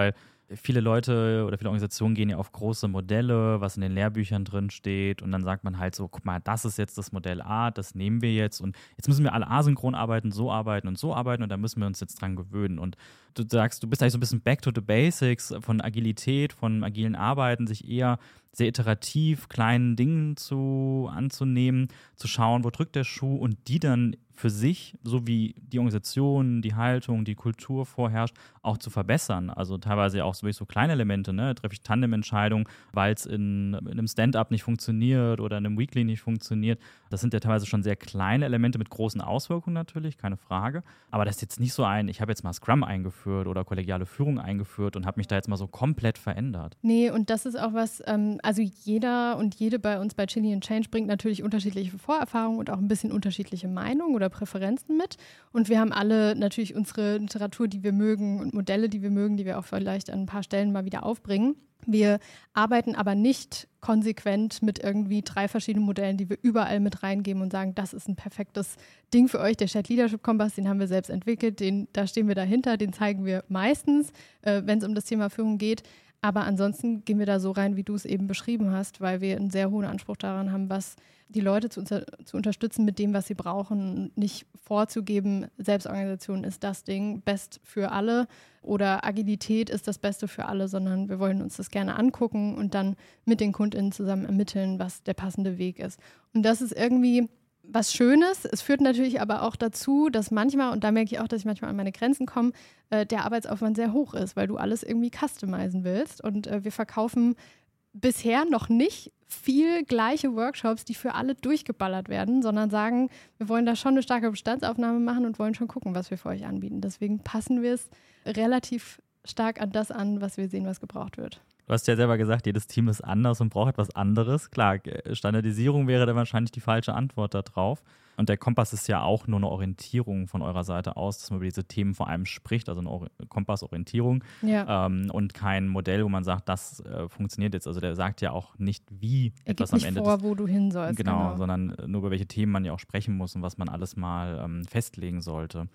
viele Leute oder viele Organisationen gehen ja auf große Modelle, was in den Lehrbüchern drin steht und dann sagt man halt so, guck mal, das ist jetzt das Modell A, das nehmen wir jetzt und jetzt müssen wir alle asynchron arbeiten, so arbeiten und so arbeiten und da müssen wir uns jetzt dran gewöhnen und du sagst, du bist eigentlich so ein bisschen back to the basics von Agilität, von agilen Arbeiten, sich eher sehr iterativ kleinen Dingen zu, anzunehmen, zu schauen, wo drückt der Schuh und die dann für sich, so wie die Organisation, die Haltung, die Kultur vorherrscht, auch zu verbessern. Also teilweise auch so, so kleine Elemente, ne? Treffe ich Tandem-Entscheidungen, weil es in, in einem Stand-up nicht funktioniert oder in einem Weekly nicht funktioniert. Das sind ja teilweise schon sehr kleine Elemente mit großen Auswirkungen natürlich, keine Frage. Aber das ist jetzt nicht so ein, ich habe jetzt mal Scrum eingeführt oder kollegiale Führung eingeführt und habe mich da jetzt mal so komplett verändert. Nee, und das ist auch was, ähm, also jeder und jede bei uns bei Chili and Change bringt natürlich unterschiedliche Vorerfahrungen und auch ein bisschen unterschiedliche Meinungen oder Präferenzen mit. Und wir haben alle natürlich unsere Literatur, die wir mögen und Modelle, die wir mögen, die wir auch vielleicht an ein paar Stellen mal wieder aufbringen. Wir arbeiten aber nicht konsequent mit irgendwie drei verschiedenen Modellen, die wir überall mit reingeben und sagen, das ist ein perfektes Ding für euch. Der Shared Leadership Kompass, den haben wir selbst entwickelt, den, da stehen wir dahinter, den zeigen wir meistens, äh, wenn es um das Thema Führung geht. Aber ansonsten gehen wir da so rein, wie du es eben beschrieben hast, weil wir einen sehr hohen Anspruch daran haben, was die Leute zu, unter- zu unterstützen mit dem, was sie brauchen, nicht vorzugeben, Selbstorganisation ist das Ding, best für alle oder Agilität ist das Beste für alle, sondern wir wollen uns das gerne angucken und dann mit den KundInnen zusammen ermitteln, was der passende Weg ist. Und das ist irgendwie was Schönes. Es führt natürlich aber auch dazu, dass manchmal, und da merke ich auch, dass ich manchmal an meine Grenzen komme, äh, der Arbeitsaufwand sehr hoch ist, weil du alles irgendwie customizen willst. Und äh, wir verkaufen bisher noch nicht viel gleiche Workshops, die für alle durchgeballert werden, sondern sagen, wir wollen da schon eine starke Bestandsaufnahme machen und wollen schon gucken, was wir für euch anbieten. Deswegen passen wir es relativ stark an das an, was wir sehen, was gebraucht wird. Du hast ja selber gesagt, jedes Team ist anders und braucht etwas anderes. Klar, Standardisierung wäre dann wahrscheinlich die falsche Antwort darauf. Und der Kompass ist ja auch nur eine Orientierung von eurer Seite aus, dass man über diese Themen vor allem spricht, also eine Kompassorientierung Ja. ähm, und kein Modell, wo man sagt, das äh, funktioniert jetzt. Also der sagt ja auch nicht, wie Er etwas gibt am nicht Ende vor, des, wo du hin sollst. genau, Genau. sondern nur über welche Themen man ja auch sprechen muss und was man alles mal ähm, festlegen sollte.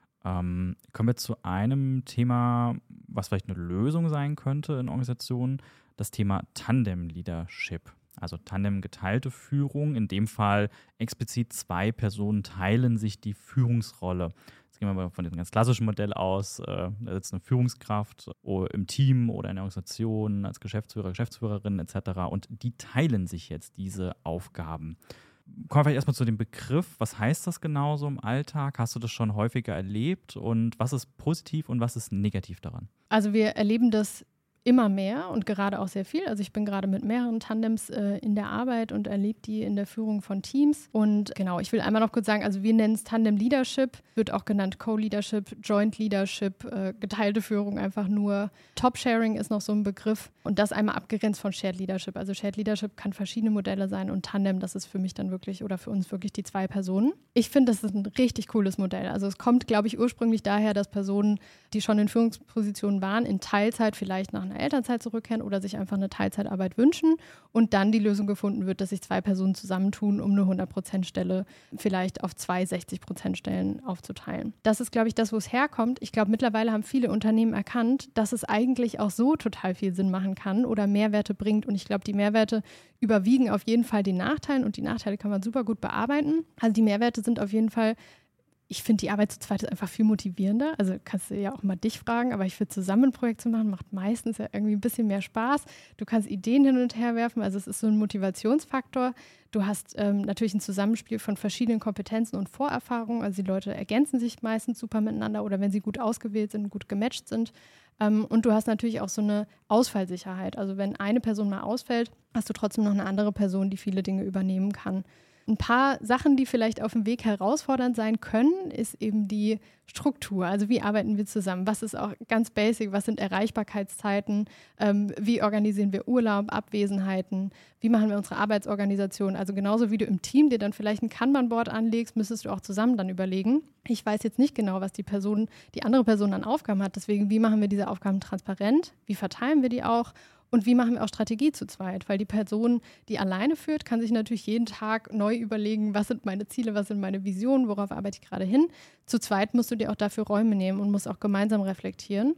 Ähm, kommen wir zu einem Thema, was vielleicht eine Lösung sein könnte in Organisationen, das Thema Tandem-Leadership. Also Tandem-geteilte Führung, in dem Fall explizit zwei Personen teilen sich die Führungsrolle. Jetzt gehen wir mal von dem ganz klassischen Modell aus, äh, da sitzt eine Führungskraft im Team oder in der Organisation als Geschäftsführer, Geschäftsführerin et cetera und die teilen sich jetzt diese Aufgaben. Kommen wir vielleicht erstmal zu dem Begriff. Was heißt das genau so im Alltag? Hast du das schon häufiger erlebt? Und was ist positiv und was ist negativ daran? Also wir erleben das immer mehr und gerade auch sehr viel. Also ich bin gerade mit mehreren Tandems äh, in der Arbeit und erlebe die in der Führung von Teams. Und genau, ich will einmal noch kurz sagen, also wir nennen es Tandem Leadership, wird auch genannt Co-Leadership, Joint Leadership, äh, geteilte Führung einfach nur. Top-Sharing ist noch so ein Begriff und das einmal abgegrenzt von Shared Leadership. Also Shared Leadership kann verschiedene Modelle sein und Tandem, das ist für mich dann wirklich oder für uns wirklich die zwei Personen. Ich finde, das ist ein richtig cooles Modell. Also es kommt, glaube ich, ursprünglich daher, dass Personen, die schon in Führungspositionen waren, in Teilzeit vielleicht nach einer Elternzeit zurückkehren oder sich einfach eine Teilzeitarbeit wünschen und dann die Lösung gefunden wird, dass sich zwei Personen zusammentun, um eine hundert Prozent Stelle vielleicht auf zwei sechzig Prozent Stellen aufzuteilen. Das ist, glaube ich, das, wo es herkommt. Ich glaube, mittlerweile haben viele Unternehmen erkannt, dass es eigentlich auch so total viel Sinn machen kann oder Mehrwerte bringt und ich glaube, die Mehrwerte überwiegen auf jeden Fall den Nachteilen und die Nachteile kann man super gut bearbeiten. Also die Mehrwerte sind auf jeden Fall, ich finde, die Arbeit zu zweit ist einfach viel motivierender. Also kannst du ja auch mal dich fragen, aber ich finde, zusammen ein Projekt zu machen, macht meistens ja irgendwie ein bisschen mehr Spaß. Du kannst Ideen hin und her werfen, also es ist so ein Motivationsfaktor. Du hast ähm, natürlich ein Zusammenspiel von verschiedenen Kompetenzen und Vorerfahrungen. Also die Leute ergänzen sich meistens super miteinander oder wenn sie gut ausgewählt sind, gut gematcht sind. Ähm, und du hast natürlich auch so eine Ausfallsicherheit. Also wenn eine Person mal ausfällt, hast du trotzdem noch eine andere Person, die viele Dinge übernehmen kann. Ein paar Sachen, die vielleicht auf dem Weg herausfordernd sein können, ist eben die Struktur. Also wie arbeiten wir zusammen? Was ist auch ganz basic? Was sind Erreichbarkeitszeiten? Ähm, wie organisieren wir Urlaub, Abwesenheiten? Wie machen wir unsere Arbeitsorganisation? Also genauso wie du im Team dir dann vielleicht ein Kanban-Board anlegst, müsstest du auch zusammen dann überlegen. Ich weiß jetzt nicht genau, was die Person, die andere Person an Aufgaben hat. Deswegen, wie machen wir diese Aufgaben transparent? Wie verteilen wir die auch? Und wie machen wir auch Strategie zu zweit? Weil die Person, die alleine führt, kann sich natürlich jeden Tag neu überlegen, was sind meine Ziele, was sind meine Visionen, worauf arbeite ich gerade hin. Zu zweit musst du dir auch dafür Räume nehmen und musst auch gemeinsam reflektieren.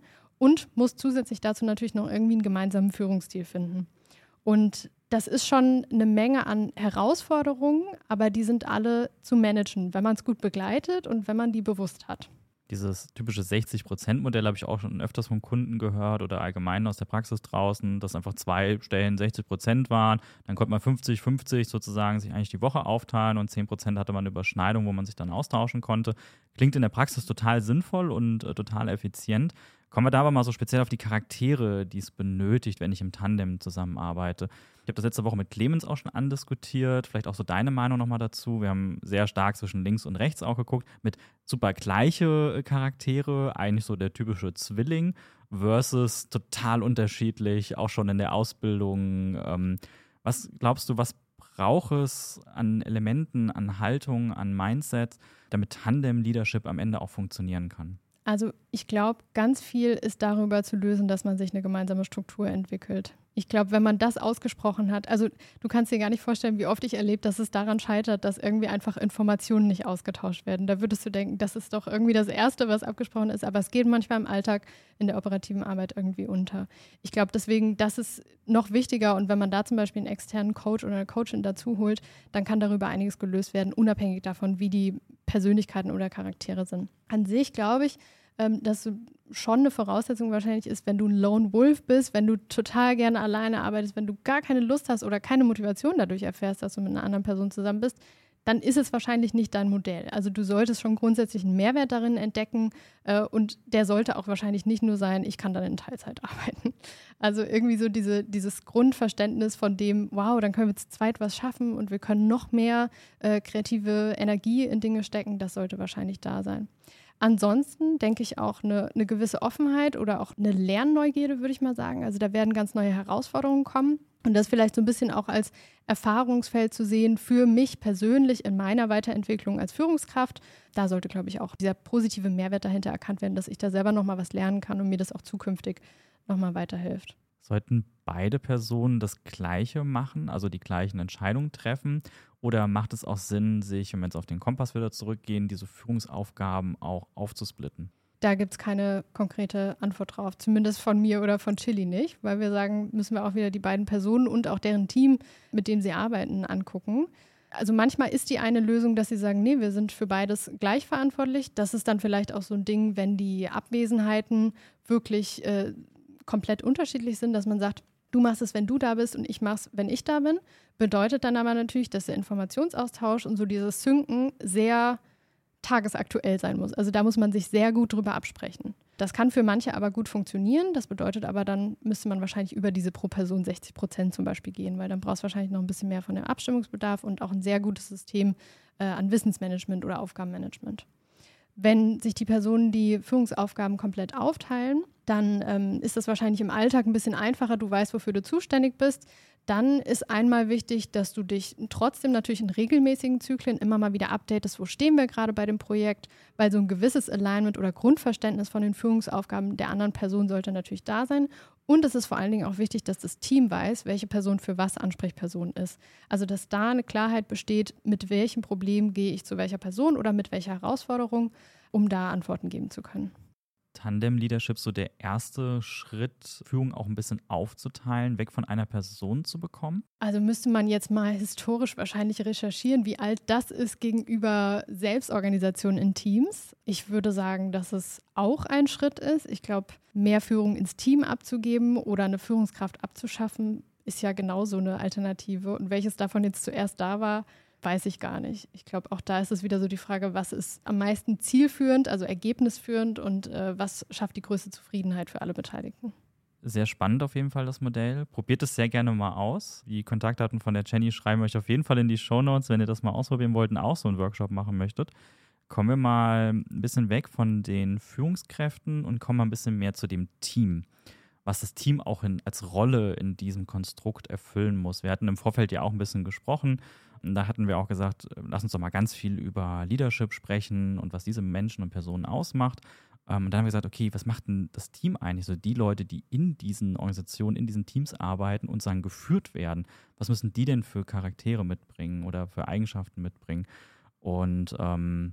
und muss zusätzlich dazu natürlich noch irgendwie einen gemeinsamen Führungsstil finden. Und das ist schon eine Menge an Herausforderungen, aber die sind alle zu managen, wenn man es gut begleitet und wenn man die bewusst hat. Dieses typische sechzig-Prozent-Modell habe ich auch schon öfters von Kunden gehört oder allgemein aus der Praxis draußen, dass einfach zwei Stellen sechzig Prozent waren. Dann konnte man fünfzig fünfzig sozusagen sich eigentlich die Woche aufteilen und zehn Prozent hatte man eine Überschneidung, wo man sich dann austauschen konnte. Klingt in der Praxis total sinnvoll und äh, total effizient. Kommen wir da aber mal so speziell auf die Charaktere, die es benötigt, wenn ich im Tandem zusammenarbeite. Ich habe das letzte Woche mit Clemens auch schon andiskutiert, vielleicht auch so deine Meinung nochmal dazu. Wir haben sehr stark zwischen links und rechts auch geguckt, mit super gleiche Charaktere, eigentlich so der typische Zwilling versus total unterschiedlich, auch schon in der Ausbildung. Ähm, was glaubst du, was braucht es an Elementen, an Haltung, an Mindset, damit Tandem-Leadership am Ende auch funktionieren kann? Also ich glaube, ganz viel ist darüber zu lösen, dass man sich eine gemeinsame Struktur entwickelt. Ich glaube, wenn man das ausgesprochen hat, also du kannst dir gar nicht vorstellen, wie oft ich erlebe, dass es daran scheitert, dass irgendwie einfach Informationen nicht ausgetauscht werden. Da würdest du denken, das ist doch irgendwie das Erste, was abgesprochen ist, aber es geht manchmal im Alltag in der operativen Arbeit irgendwie unter. Ich glaube deswegen, das ist noch wichtiger und wenn man da zum Beispiel einen externen Coach oder eine Coachin dazu holt, dann kann darüber einiges gelöst werden, unabhängig davon, wie die Persönlichkeiten oder Charaktere sind. An sich glaube ich, dass schon eine Voraussetzung wahrscheinlich ist, wenn du ein Lone Wolf bist, wenn du total gerne alleine arbeitest, wenn du gar keine Lust hast oder keine Motivation dadurch erfährst, dass du mit einer anderen Person zusammen bist, dann ist es wahrscheinlich nicht dein Modell. Also du solltest schon grundsätzlich einen Mehrwert darin entdecken äh, und der sollte auch wahrscheinlich nicht nur sein, ich kann dann in Teilzeit arbeiten. Also irgendwie so diese, dieses Grundverständnis von dem, wow, dann können wir zu zweit was schaffen und wir können noch mehr äh, kreative Energie in Dinge stecken, das sollte wahrscheinlich da sein. Ansonsten denke ich auch eine, eine gewisse Offenheit oder auch eine Lernneugierde, würde ich mal sagen. Also da werden ganz neue Herausforderungen kommen. Und das vielleicht so ein bisschen auch als Erfahrungsfeld zu sehen für mich persönlich in meiner Weiterentwicklung als Führungskraft. Da sollte, glaube ich, auch dieser positive Mehrwert dahinter erkannt werden, dass ich da selber nochmal was lernen kann und mir das auch zukünftig nochmal weiterhilft. Sollten beide Personen das Gleiche machen, also die gleichen Entscheidungen treffen? Oder macht es auch Sinn, sich, wenn wir jetzt auf den Kompass wieder zurückgehen, diese Führungsaufgaben auch aufzusplitten? Da gibt es keine konkrete Antwort drauf, zumindest von mir oder von Chili nicht, weil wir sagen, müssen wir auch wieder die beiden Personen und auch deren Team, mit dem sie arbeiten, angucken. Also manchmal ist die eine Lösung, dass sie sagen, nee, wir sind für beides gleich verantwortlich. Das ist dann vielleicht auch so ein Ding, wenn die Abwesenheiten wirklich äh, komplett unterschiedlich sind, dass man sagt, du machst es, wenn du da bist und ich mach's, wenn ich da bin. Bedeutet dann aber natürlich, dass der Informationsaustausch und so dieses Synken sehr tagesaktuell sein muss. Also da muss man sich sehr gut drüber absprechen. Das kann für manche aber gut funktionieren. Das bedeutet aber, dann müsste man wahrscheinlich über diese pro Person sechzig Prozent zum Beispiel gehen, weil dann brauchst du wahrscheinlich noch ein bisschen mehr von dem Abstimmungsbedarf und auch ein sehr gutes System äh, an Wissensmanagement oder Aufgabenmanagement. Wenn sich die Personen die Führungsaufgaben komplett aufteilen, dann ähm, ist das wahrscheinlich im Alltag ein bisschen einfacher. Du weißt, wofür du zuständig bist. Dann ist einmal wichtig, dass du dich trotzdem natürlich in regelmäßigen Zyklen immer mal wieder updatest, wo stehen wir gerade bei dem Projekt, weil so ein gewisses Alignment oder Grundverständnis von den Führungsaufgaben der anderen Person sollte natürlich da sein. Und es ist vor allen Dingen auch wichtig, dass das Team weiß, welche Person für was Ansprechperson ist. Also dass da eine Klarheit besteht, mit welchem Problem gehe ich zu welcher Person oder mit welcher Herausforderung, um da Antworten geben zu können. Tandem-Leadership so der erste Schritt, Führung auch ein bisschen aufzuteilen, weg von einer Person zu bekommen? Also müsste man jetzt mal historisch wahrscheinlich recherchieren, wie alt das ist gegenüber Selbstorganisation in Teams. Ich würde sagen, dass es auch ein Schritt ist. Ich glaube, mehr Führung ins Team abzugeben oder eine Führungskraft abzuschaffen, ist ja genauso eine Alternative. Und welches davon jetzt zuerst da war, weiß ich gar nicht. Ich glaube, auch da ist es wieder so die Frage, was ist am meisten zielführend, also ergebnisführend und äh, was schafft die größte Zufriedenheit für alle Beteiligten. Sehr spannend auf jeden Fall das Modell. Probiert es sehr gerne mal aus. Die Kontaktdaten von der Jenny schreiben wir euch auf jeden Fall in die Shownotes, wenn ihr das mal ausprobieren wollt und auch so einen Workshop machen möchtet. Kommen wir mal ein bisschen weg von den Führungskräften und kommen mal ein bisschen mehr zu dem Team. Was das Team auch in, als Rolle in diesem Konstrukt erfüllen muss. Wir hatten im Vorfeld ja auch ein bisschen gesprochen. Und da hatten wir auch gesagt, lass uns doch mal ganz viel über Leadership sprechen und was diese Menschen und Personen ausmacht. Und dann haben wir gesagt, okay, was macht denn das Team eigentlich? So die Leute, die in diesen Organisationen, in diesen Teams arbeiten und sagen, geführt werden. Was müssen die denn für Charaktere mitbringen oder für Eigenschaften mitbringen? Und ähm,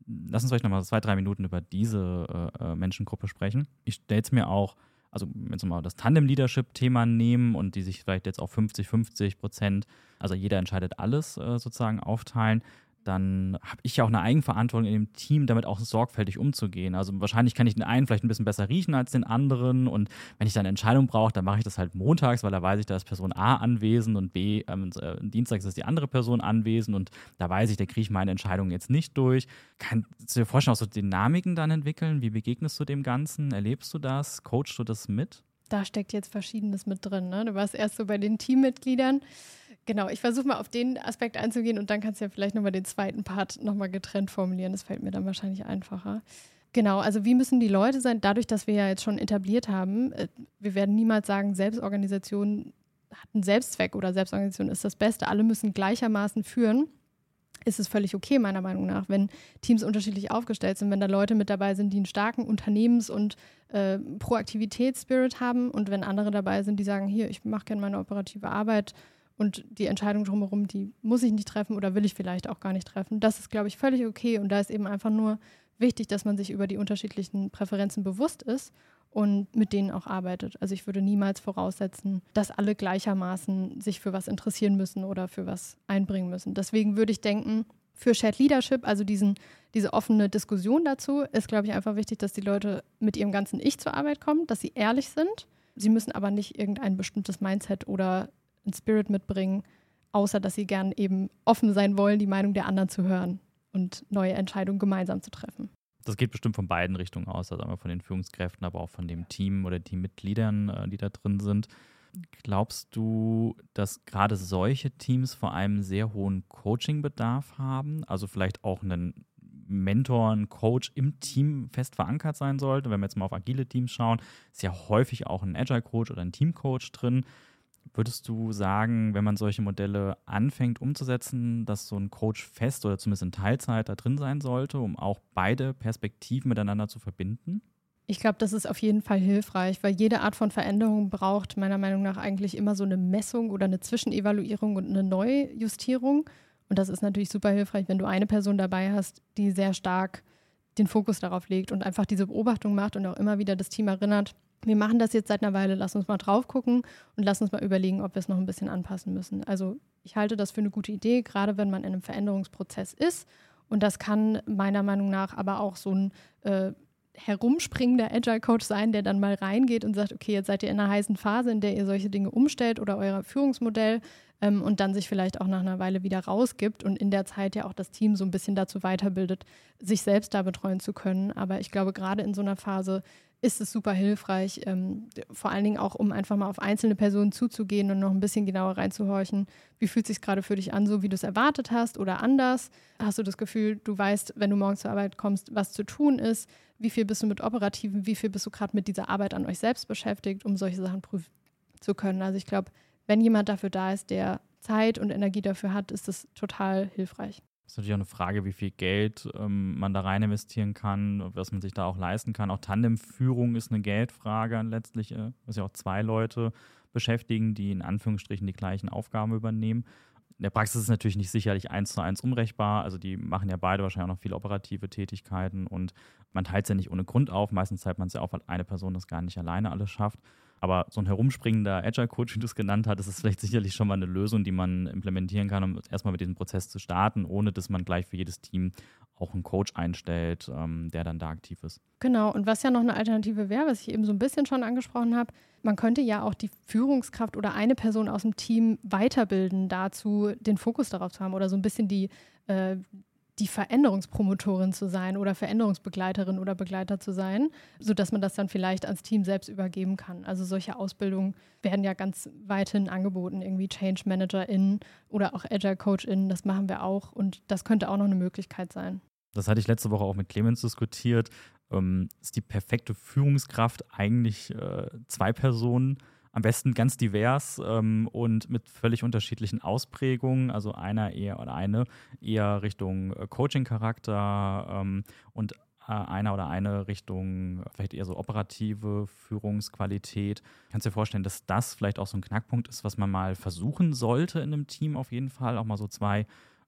lass uns vielleicht nochmal zwei, drei Minuten über diese äh, Menschengruppe sprechen. Ich stelle es mir auch, also wenn wir mal das Tandem-Leadership-Thema nehmen und die sich vielleicht jetzt auf fünfzig fünfzig Prozent, also jeder entscheidet alles äh, sozusagen aufteilen, dann habe ich ja auch eine Eigenverantwortung in dem Team, damit auch sorgfältig umzugehen. Also wahrscheinlich kann ich den einen vielleicht ein bisschen besser riechen als den anderen und wenn ich dann eine Entscheidung brauche, dann mache ich das halt montags, weil da weiß ich, da ist Person A anwesend und B, ähm, äh, dienstags ist die andere Person anwesend und da weiß ich, da kriege ich meine Entscheidung jetzt nicht durch. Kannst du dir vorstellen, auch so Dynamiken dann entwickeln? Wie begegnest du dem Ganzen? Erlebst du das? Coachst du das mit? Da steckt jetzt Verschiedenes mit drin, ne? Du warst erst so bei den Teammitgliedern. Genau, ich versuche mal auf den Aspekt einzugehen und dann kannst du ja vielleicht nochmal den zweiten Part nochmal getrennt formulieren. Das fällt mir dann wahrscheinlich einfacher. Genau, also wie müssen die Leute sein? Dadurch, dass wir ja jetzt schon etabliert haben, wir werden niemals sagen, Selbstorganisation hat einen Selbstzweck oder Selbstorganisation ist das Beste. Alle müssen gleichermaßen führen. Ist es völlig okay, meiner Meinung nach, wenn Teams unterschiedlich aufgestellt sind, wenn da Leute mit dabei sind, die einen starken Unternehmens- und äh, Proaktivitätsspirit haben und wenn andere dabei sind, die sagen, hier, ich mache gerne meine operative Arbeit und die Entscheidung drumherum, die muss ich nicht treffen oder will ich vielleicht auch gar nicht treffen. Das ist, glaube ich, völlig okay und da ist eben einfach nur wichtig, dass man sich über die unterschiedlichen Präferenzen bewusst ist und mit denen auch arbeitet. Also ich würde niemals voraussetzen, dass alle gleichermaßen sich für was interessieren müssen oder für was einbringen müssen. Deswegen würde ich denken, für Shared Leadership, also diesen, diese offene Diskussion dazu, ist, glaube ich, einfach wichtig, dass die Leute mit ihrem ganzen Ich zur Arbeit kommen, dass sie ehrlich sind. Sie müssen aber nicht irgendein bestimmtes Mindset oder einen Spirit mitbringen, außer dass sie gern eben offen sein wollen, die Meinung der anderen zu hören und neue Entscheidungen gemeinsam zu treffen. Das geht bestimmt von beiden Richtungen aus, also einmal von den Führungskräften, aber auch von dem Team oder Teammitgliedern, die da drin sind. Glaubst du, dass gerade solche Teams vor allem sehr hohen Coaching-Bedarf haben? Also vielleicht auch einen Mentor, ein Coach im Team fest verankert sein sollte? Wenn wir jetzt mal auf agile Teams schauen, ist ja häufig auch ein Agile-Coach oder ein Team-Coach drin. Würdest du sagen, wenn man solche Modelle anfängt umzusetzen, dass so ein Coach fest oder zumindest in Teilzeit da drin sein sollte, um auch beide Perspektiven miteinander zu verbinden? Ich glaube, das ist auf jeden Fall hilfreich, weil jede Art von Veränderung braucht meiner Meinung nach eigentlich immer so eine Messung oder eine Zwischenevaluierung und eine Neujustierung. Und das ist natürlich super hilfreich, wenn du eine Person dabei hast, die sehr stark den Fokus darauf legt und einfach diese Beobachtung macht und auch immer wieder das Team erinnert, wir machen das jetzt seit einer Weile, lass uns mal drauf gucken und lass uns mal überlegen, ob wir es noch ein bisschen anpassen müssen. Also ich halte das für eine gute Idee, gerade wenn man in einem Veränderungsprozess ist. Und das kann meiner Meinung nach aber auch so ein äh, herumspringender Agile-Coach sein, der dann mal reingeht und sagt, okay, jetzt seid ihr in einer heißen Phase, in der ihr solche Dinge umstellt oder euer Führungsmodell ähm, und dann sich vielleicht auch nach einer Weile wieder rausgibt und in der Zeit ja auch das Team so ein bisschen dazu weiterbildet, sich selbst da betreuen zu können. Aber ich glaube, gerade in so einer Phase ist es super hilfreich, ähm, vor allen Dingen auch, um einfach mal auf einzelne Personen zuzugehen und noch ein bisschen genauer reinzuhorchen. Wie fühlt es sich gerade für dich an, so wie du es erwartet hast oder anders? Hast du das Gefühl, du weißt, wenn du morgens zur Arbeit kommst, was zu tun ist? Wie viel bist du mit Operativen, wie viel bist du gerade mit dieser Arbeit an euch selbst beschäftigt, um solche Sachen prüfen zu können? Also ich glaube, wenn jemand dafür da ist, der Zeit und Energie dafür hat, ist das total hilfreich. Das ist natürlich auch eine Frage, wie viel Geld ähm, man da rein investieren kann, was man sich da auch leisten kann. Auch Tandemführung ist eine Geldfrage letztlich, äh, was ja auch zwei Leute beschäftigen, die in Anführungsstrichen die gleichen Aufgaben übernehmen. In der Praxis ist es natürlich nicht sicherlich eins zu eins umrechenbar. Also die machen ja beide wahrscheinlich auch noch viele operative Tätigkeiten und man teilt es ja nicht ohne Grund auf. Meistens teilt man es ja auf, weil eine Person das gar nicht alleine alles schafft. Aber so ein herumspringender Agile-Coach, wie du es genannt hast, ist vielleicht sicherlich schon mal eine Lösung, die man implementieren kann, um erstmal mit diesem Prozess zu starten, ohne dass man gleich für jedes Team auch einen Coach einstellt, ähm, der dann da aktiv ist. Genau, und was ja noch eine Alternative wäre, was ich eben so ein bisschen schon angesprochen habe, man könnte ja auch die Führungskraft oder eine Person aus dem Team weiterbilden dazu, den Fokus darauf zu haben oder so ein bisschen die, äh, die Veränderungspromotorin zu sein oder Veränderungsbegleiterin oder Begleiter zu sein, sodass man das dann vielleicht ans Team selbst übergeben kann. Also solche Ausbildungen werden ja ganz weithin angeboten, irgendwie Change ManagerInnen oder auch Agile CoachInnen, das machen wir auch und das könnte auch noch eine Möglichkeit sein. Das hatte ich letzte Woche auch mit Clemens diskutiert. Ähm, ist die perfekte Führungskraft eigentlich äh, zwei Personen, am besten ganz divers ähm, und mit völlig unterschiedlichen Ausprägungen. Also einer eher oder eine eher Richtung äh, Coaching-Charakter ähm, und äh, einer oder eine Richtung vielleicht eher so operative Führungsqualität. Kannst du dir vorstellen, dass das vielleicht auch so ein Knackpunkt ist, was man mal versuchen sollte in einem Team auf jeden Fall? Auch mal so zwei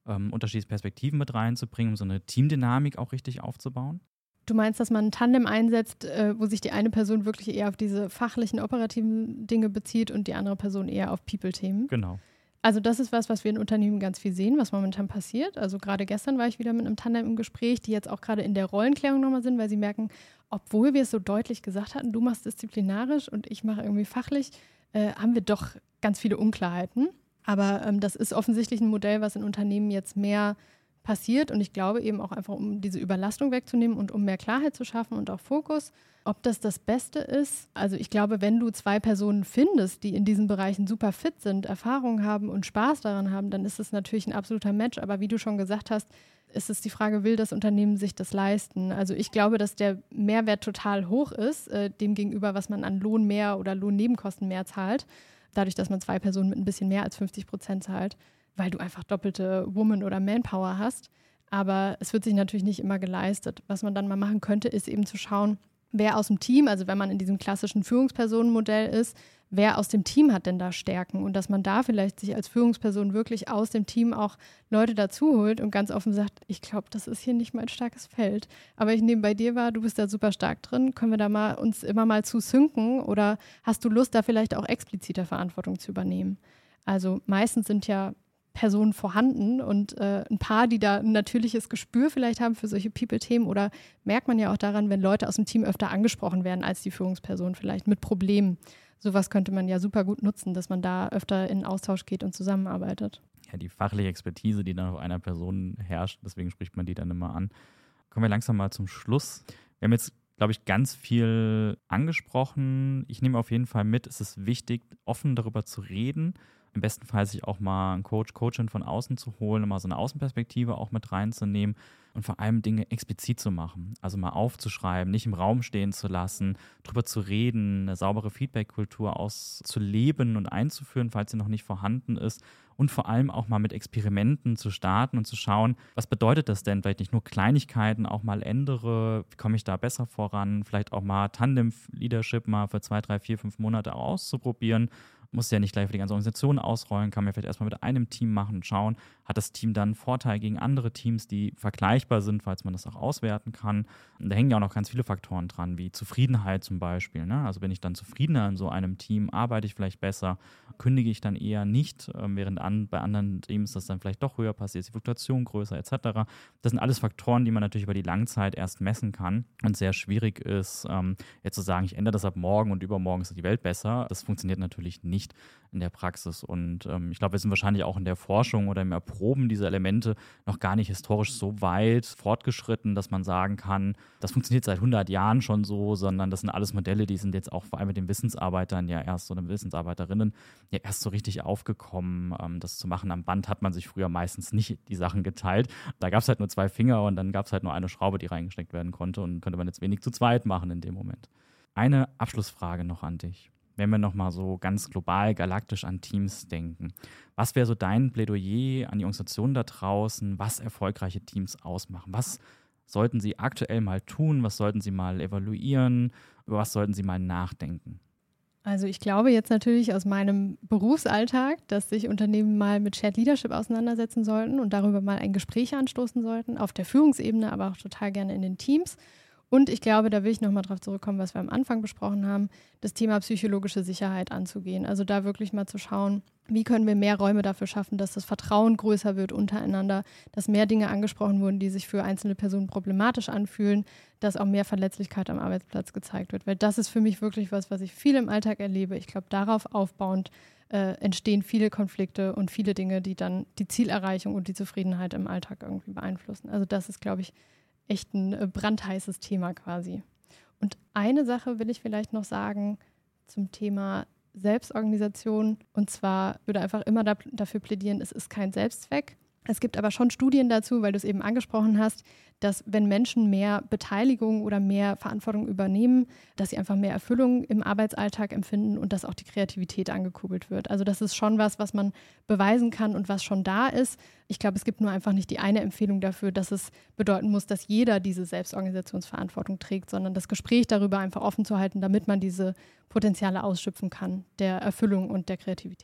ähm, unterschiedliche Perspektiven mit reinzubringen, um so eine Teamdynamik auch richtig aufzubauen? Du meinst, dass man ein Tandem einsetzt, äh, wo sich die eine Person wirklich eher auf diese fachlichen, operativen Dinge bezieht und die andere Person eher auf People-Themen? Genau. Also das ist was, was wir in Unternehmen ganz viel sehen, was momentan passiert. Also gerade gestern war ich wieder mit einem Tandem im Gespräch, die jetzt auch gerade in der Rollenklärung nochmal sind, weil sie merken, obwohl wir es so deutlich gesagt hatten, du machst disziplinarisch und ich mache irgendwie fachlich, äh, haben wir doch ganz viele Unklarheiten. Aber ähm, das ist offensichtlich ein Modell, was in Unternehmen jetzt mehr passiert und ich glaube eben auch einfach, um diese Überlastung wegzunehmen und um mehr Klarheit zu schaffen und auch Fokus. Ob das das Beste ist, also ich glaube, wenn du zwei Personen findest, die in diesen Bereichen super fit sind, Erfahrung haben und Spaß daran haben, dann ist es natürlich ein absoluter Match. Aber wie du schon gesagt hast, ist es die Frage, will das Unternehmen sich das leisten? Also ich glaube, dass der Mehrwert total hoch ist, äh, dem gegenüber, was man an Lohn mehr oder Lohnnebenkosten mehr zahlt, dadurch, dass man zwei Personen mit ein bisschen mehr als fünfzig Prozent zahlt, weil du einfach doppelte Woman- oder Manpower hast. Aber es wird sich natürlich nicht immer geleistet. Was man dann mal machen könnte, ist eben zu schauen, wer aus dem Team, also wenn man in diesem klassischen Führungspersonenmodell ist, wer aus dem Team hat denn da Stärken und dass man da vielleicht sich als Führungsperson wirklich aus dem Team auch Leute dazu holt und ganz offen sagt, ich glaube, das ist hier nicht mein starkes Feld. Aber ich nehme bei dir wahr, du bist da super stark drin, können wir da mal uns immer mal zu synken oder hast du Lust, da vielleicht auch expliziter Verantwortung zu übernehmen? Also meistens sind ja Personen vorhanden und äh, ein paar, die da ein natürliches Gespür vielleicht haben für solche People-Themen oder merkt man ja auch daran, wenn Leute aus dem Team öfter angesprochen werden als die Führungsperson vielleicht mit Problemen. Sowas könnte man ja super gut nutzen, dass man da öfter in Austausch geht und zusammenarbeitet. Ja, die fachliche Expertise, die dann auf einer Person herrscht, deswegen spricht man die dann immer an. Kommen wir langsam mal zum Schluss. Wir haben jetzt, glaube ich, ganz viel angesprochen. Ich nehme auf jeden Fall mit, es ist wichtig, offen darüber zu reden. Im besten Fall sich auch mal einen Coach, Coachin von außen zu holen, um mal so eine Außenperspektive auch mit reinzunehmen und vor allem Dinge explizit zu machen. Also mal aufzuschreiben, nicht im Raum stehen zu lassen, drüber zu reden, eine saubere Feedback-Kultur auszuleben und einzuführen, falls sie noch nicht vorhanden ist. Und vor allem auch mal mit Experimenten zu starten und zu schauen, was bedeutet das denn? Vielleicht nicht nur Kleinigkeiten, auch mal ändere, wie komme ich da besser voran? Vielleicht auch mal Tandem-Leadership mal für zwei, drei, vier, fünf Monate auszuprobieren. Muss ja nicht gleich für die ganze Organisation ausrollen, kann man vielleicht erstmal mit einem Team machen und schauen, hat das Team dann einen Vorteil gegen andere Teams, die vergleichbar sind, falls man das auch auswerten kann. Und da hängen ja auch noch ganz viele Faktoren dran, wie Zufriedenheit zum Beispiel. Ne? Also bin ich dann zufriedener in so einem Team, arbeite ich vielleicht besser, kündige ich dann eher nicht, während an, bei anderen Teams das dann vielleicht doch höher passiert, ist die Fluktuation größer et cetera. Das sind alles Faktoren, die man natürlich über die Langzeit erst messen kann und sehr schwierig ist, ähm, jetzt zu sagen, ich ändere das ab morgen und übermorgen ist die Welt besser. Das funktioniert natürlich nicht in der Praxis und ähm, ich glaube, wir sind wahrscheinlich auch in der Forschung oder im Erproben dieser Elemente noch gar nicht historisch so weit fortgeschritten, dass man sagen kann, das funktioniert seit hundert Jahren schon so, sondern das sind alles Modelle, die sind jetzt auch vor allem mit den Wissensarbeitern ja erst oder Wissensarbeiterinnen ja erst so richtig aufgekommen, ähm, das zu machen. Am Band hat man sich früher meistens nicht die Sachen geteilt. Da gab es halt nur zwei Finger und dann gab es halt nur eine Schraube, die reingesteckt werden konnte und könnte man jetzt wenig zu zweit machen in dem Moment. Eine Abschlussfrage noch an dich. Wenn wir nochmal so ganz global, galaktisch an Teams denken. Was wäre so dein Plädoyer an die Organisationen da draußen, was erfolgreiche Teams ausmachen? Was sollten sie aktuell mal tun? Was sollten sie mal evaluieren? Über was sollten sie mal nachdenken? Also ich glaube jetzt natürlich aus meinem Berufsalltag, dass sich Unternehmen mal mit Shared Leadership auseinandersetzen sollten und darüber mal ein Gespräch anstoßen sollten, auf der Führungsebene, aber auch total gerne in den Teams. Und ich glaube, da will ich nochmal drauf zurückkommen, was wir am Anfang besprochen haben, das Thema psychologische Sicherheit anzugehen. Also da wirklich mal zu schauen, wie können wir mehr Räume dafür schaffen, dass das Vertrauen größer wird untereinander, dass mehr Dinge angesprochen wurden, die sich für einzelne Personen problematisch anfühlen, dass auch mehr Verletzlichkeit am Arbeitsplatz gezeigt wird. Weil das ist für mich wirklich was, was ich viel im Alltag erlebe. Ich glaube, darauf aufbauend äh, entstehen viele Konflikte und viele Dinge, die dann die Zielerreichung und die Zufriedenheit im Alltag irgendwie beeinflussen. Also das ist, glaube ich, echt ein brandheißes Thema quasi. Und eine Sache will ich vielleicht noch sagen zum Thema Selbstorganisation. Und zwar würde einfach immer da, dafür plädieren, es ist kein Selbstzweck. Es gibt aber schon Studien dazu, weil du es eben angesprochen hast, dass wenn Menschen mehr Beteiligung oder mehr Verantwortung übernehmen, dass sie einfach mehr Erfüllung im Arbeitsalltag empfinden und dass auch die Kreativität angekurbelt wird. Also das ist schon was, was man beweisen kann und was schon da ist. Ich glaube, es gibt nur einfach nicht die eine Empfehlung dafür, dass es bedeuten muss, dass jeder diese Selbstorganisationsverantwortung trägt, sondern das Gespräch darüber einfach offen zu halten, damit man diese Potenziale ausschöpfen kann, der Erfüllung und der Kreativität.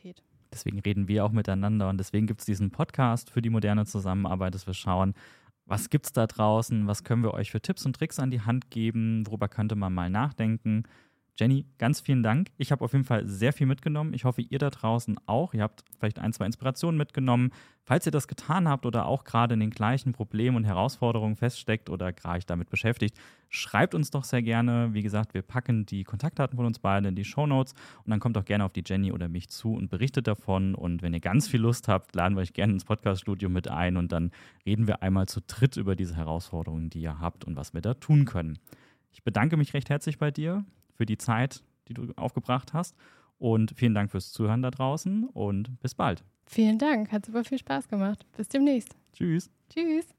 Deswegen reden wir auch miteinander und deswegen gibt es diesen Podcast für die moderne Zusammenarbeit, dass wir schauen, was gibt es da draußen, was können wir euch für Tipps und Tricks an die Hand geben, worüber könnte man mal nachdenken. Jenny, ganz vielen Dank. Ich habe auf jeden Fall sehr viel mitgenommen. Ich hoffe, ihr da draußen auch. Ihr habt vielleicht ein, zwei Inspirationen mitgenommen. Falls ihr das getan habt oder auch gerade in den gleichen Problemen und Herausforderungen feststeckt oder gerade damit beschäftigt, schreibt uns doch sehr gerne. Wie gesagt, wir packen die Kontaktdaten von uns beiden in die Shownotes und dann kommt auch gerne auf die Jenny oder mich zu und berichtet davon. Und wenn ihr ganz viel Lust habt, laden wir euch gerne ins Podcast-Studio mit ein und dann reden wir einmal zu dritt über diese Herausforderungen, die ihr habt und was wir da tun können. Ich bedanke mich recht herzlich bei dir für die Zeit, die du aufgebracht hast. Und vielen Dank fürs Zuhören da draußen und bis bald. Vielen Dank, hat super viel Spaß gemacht. Bis demnächst. Tschüss. Tschüss.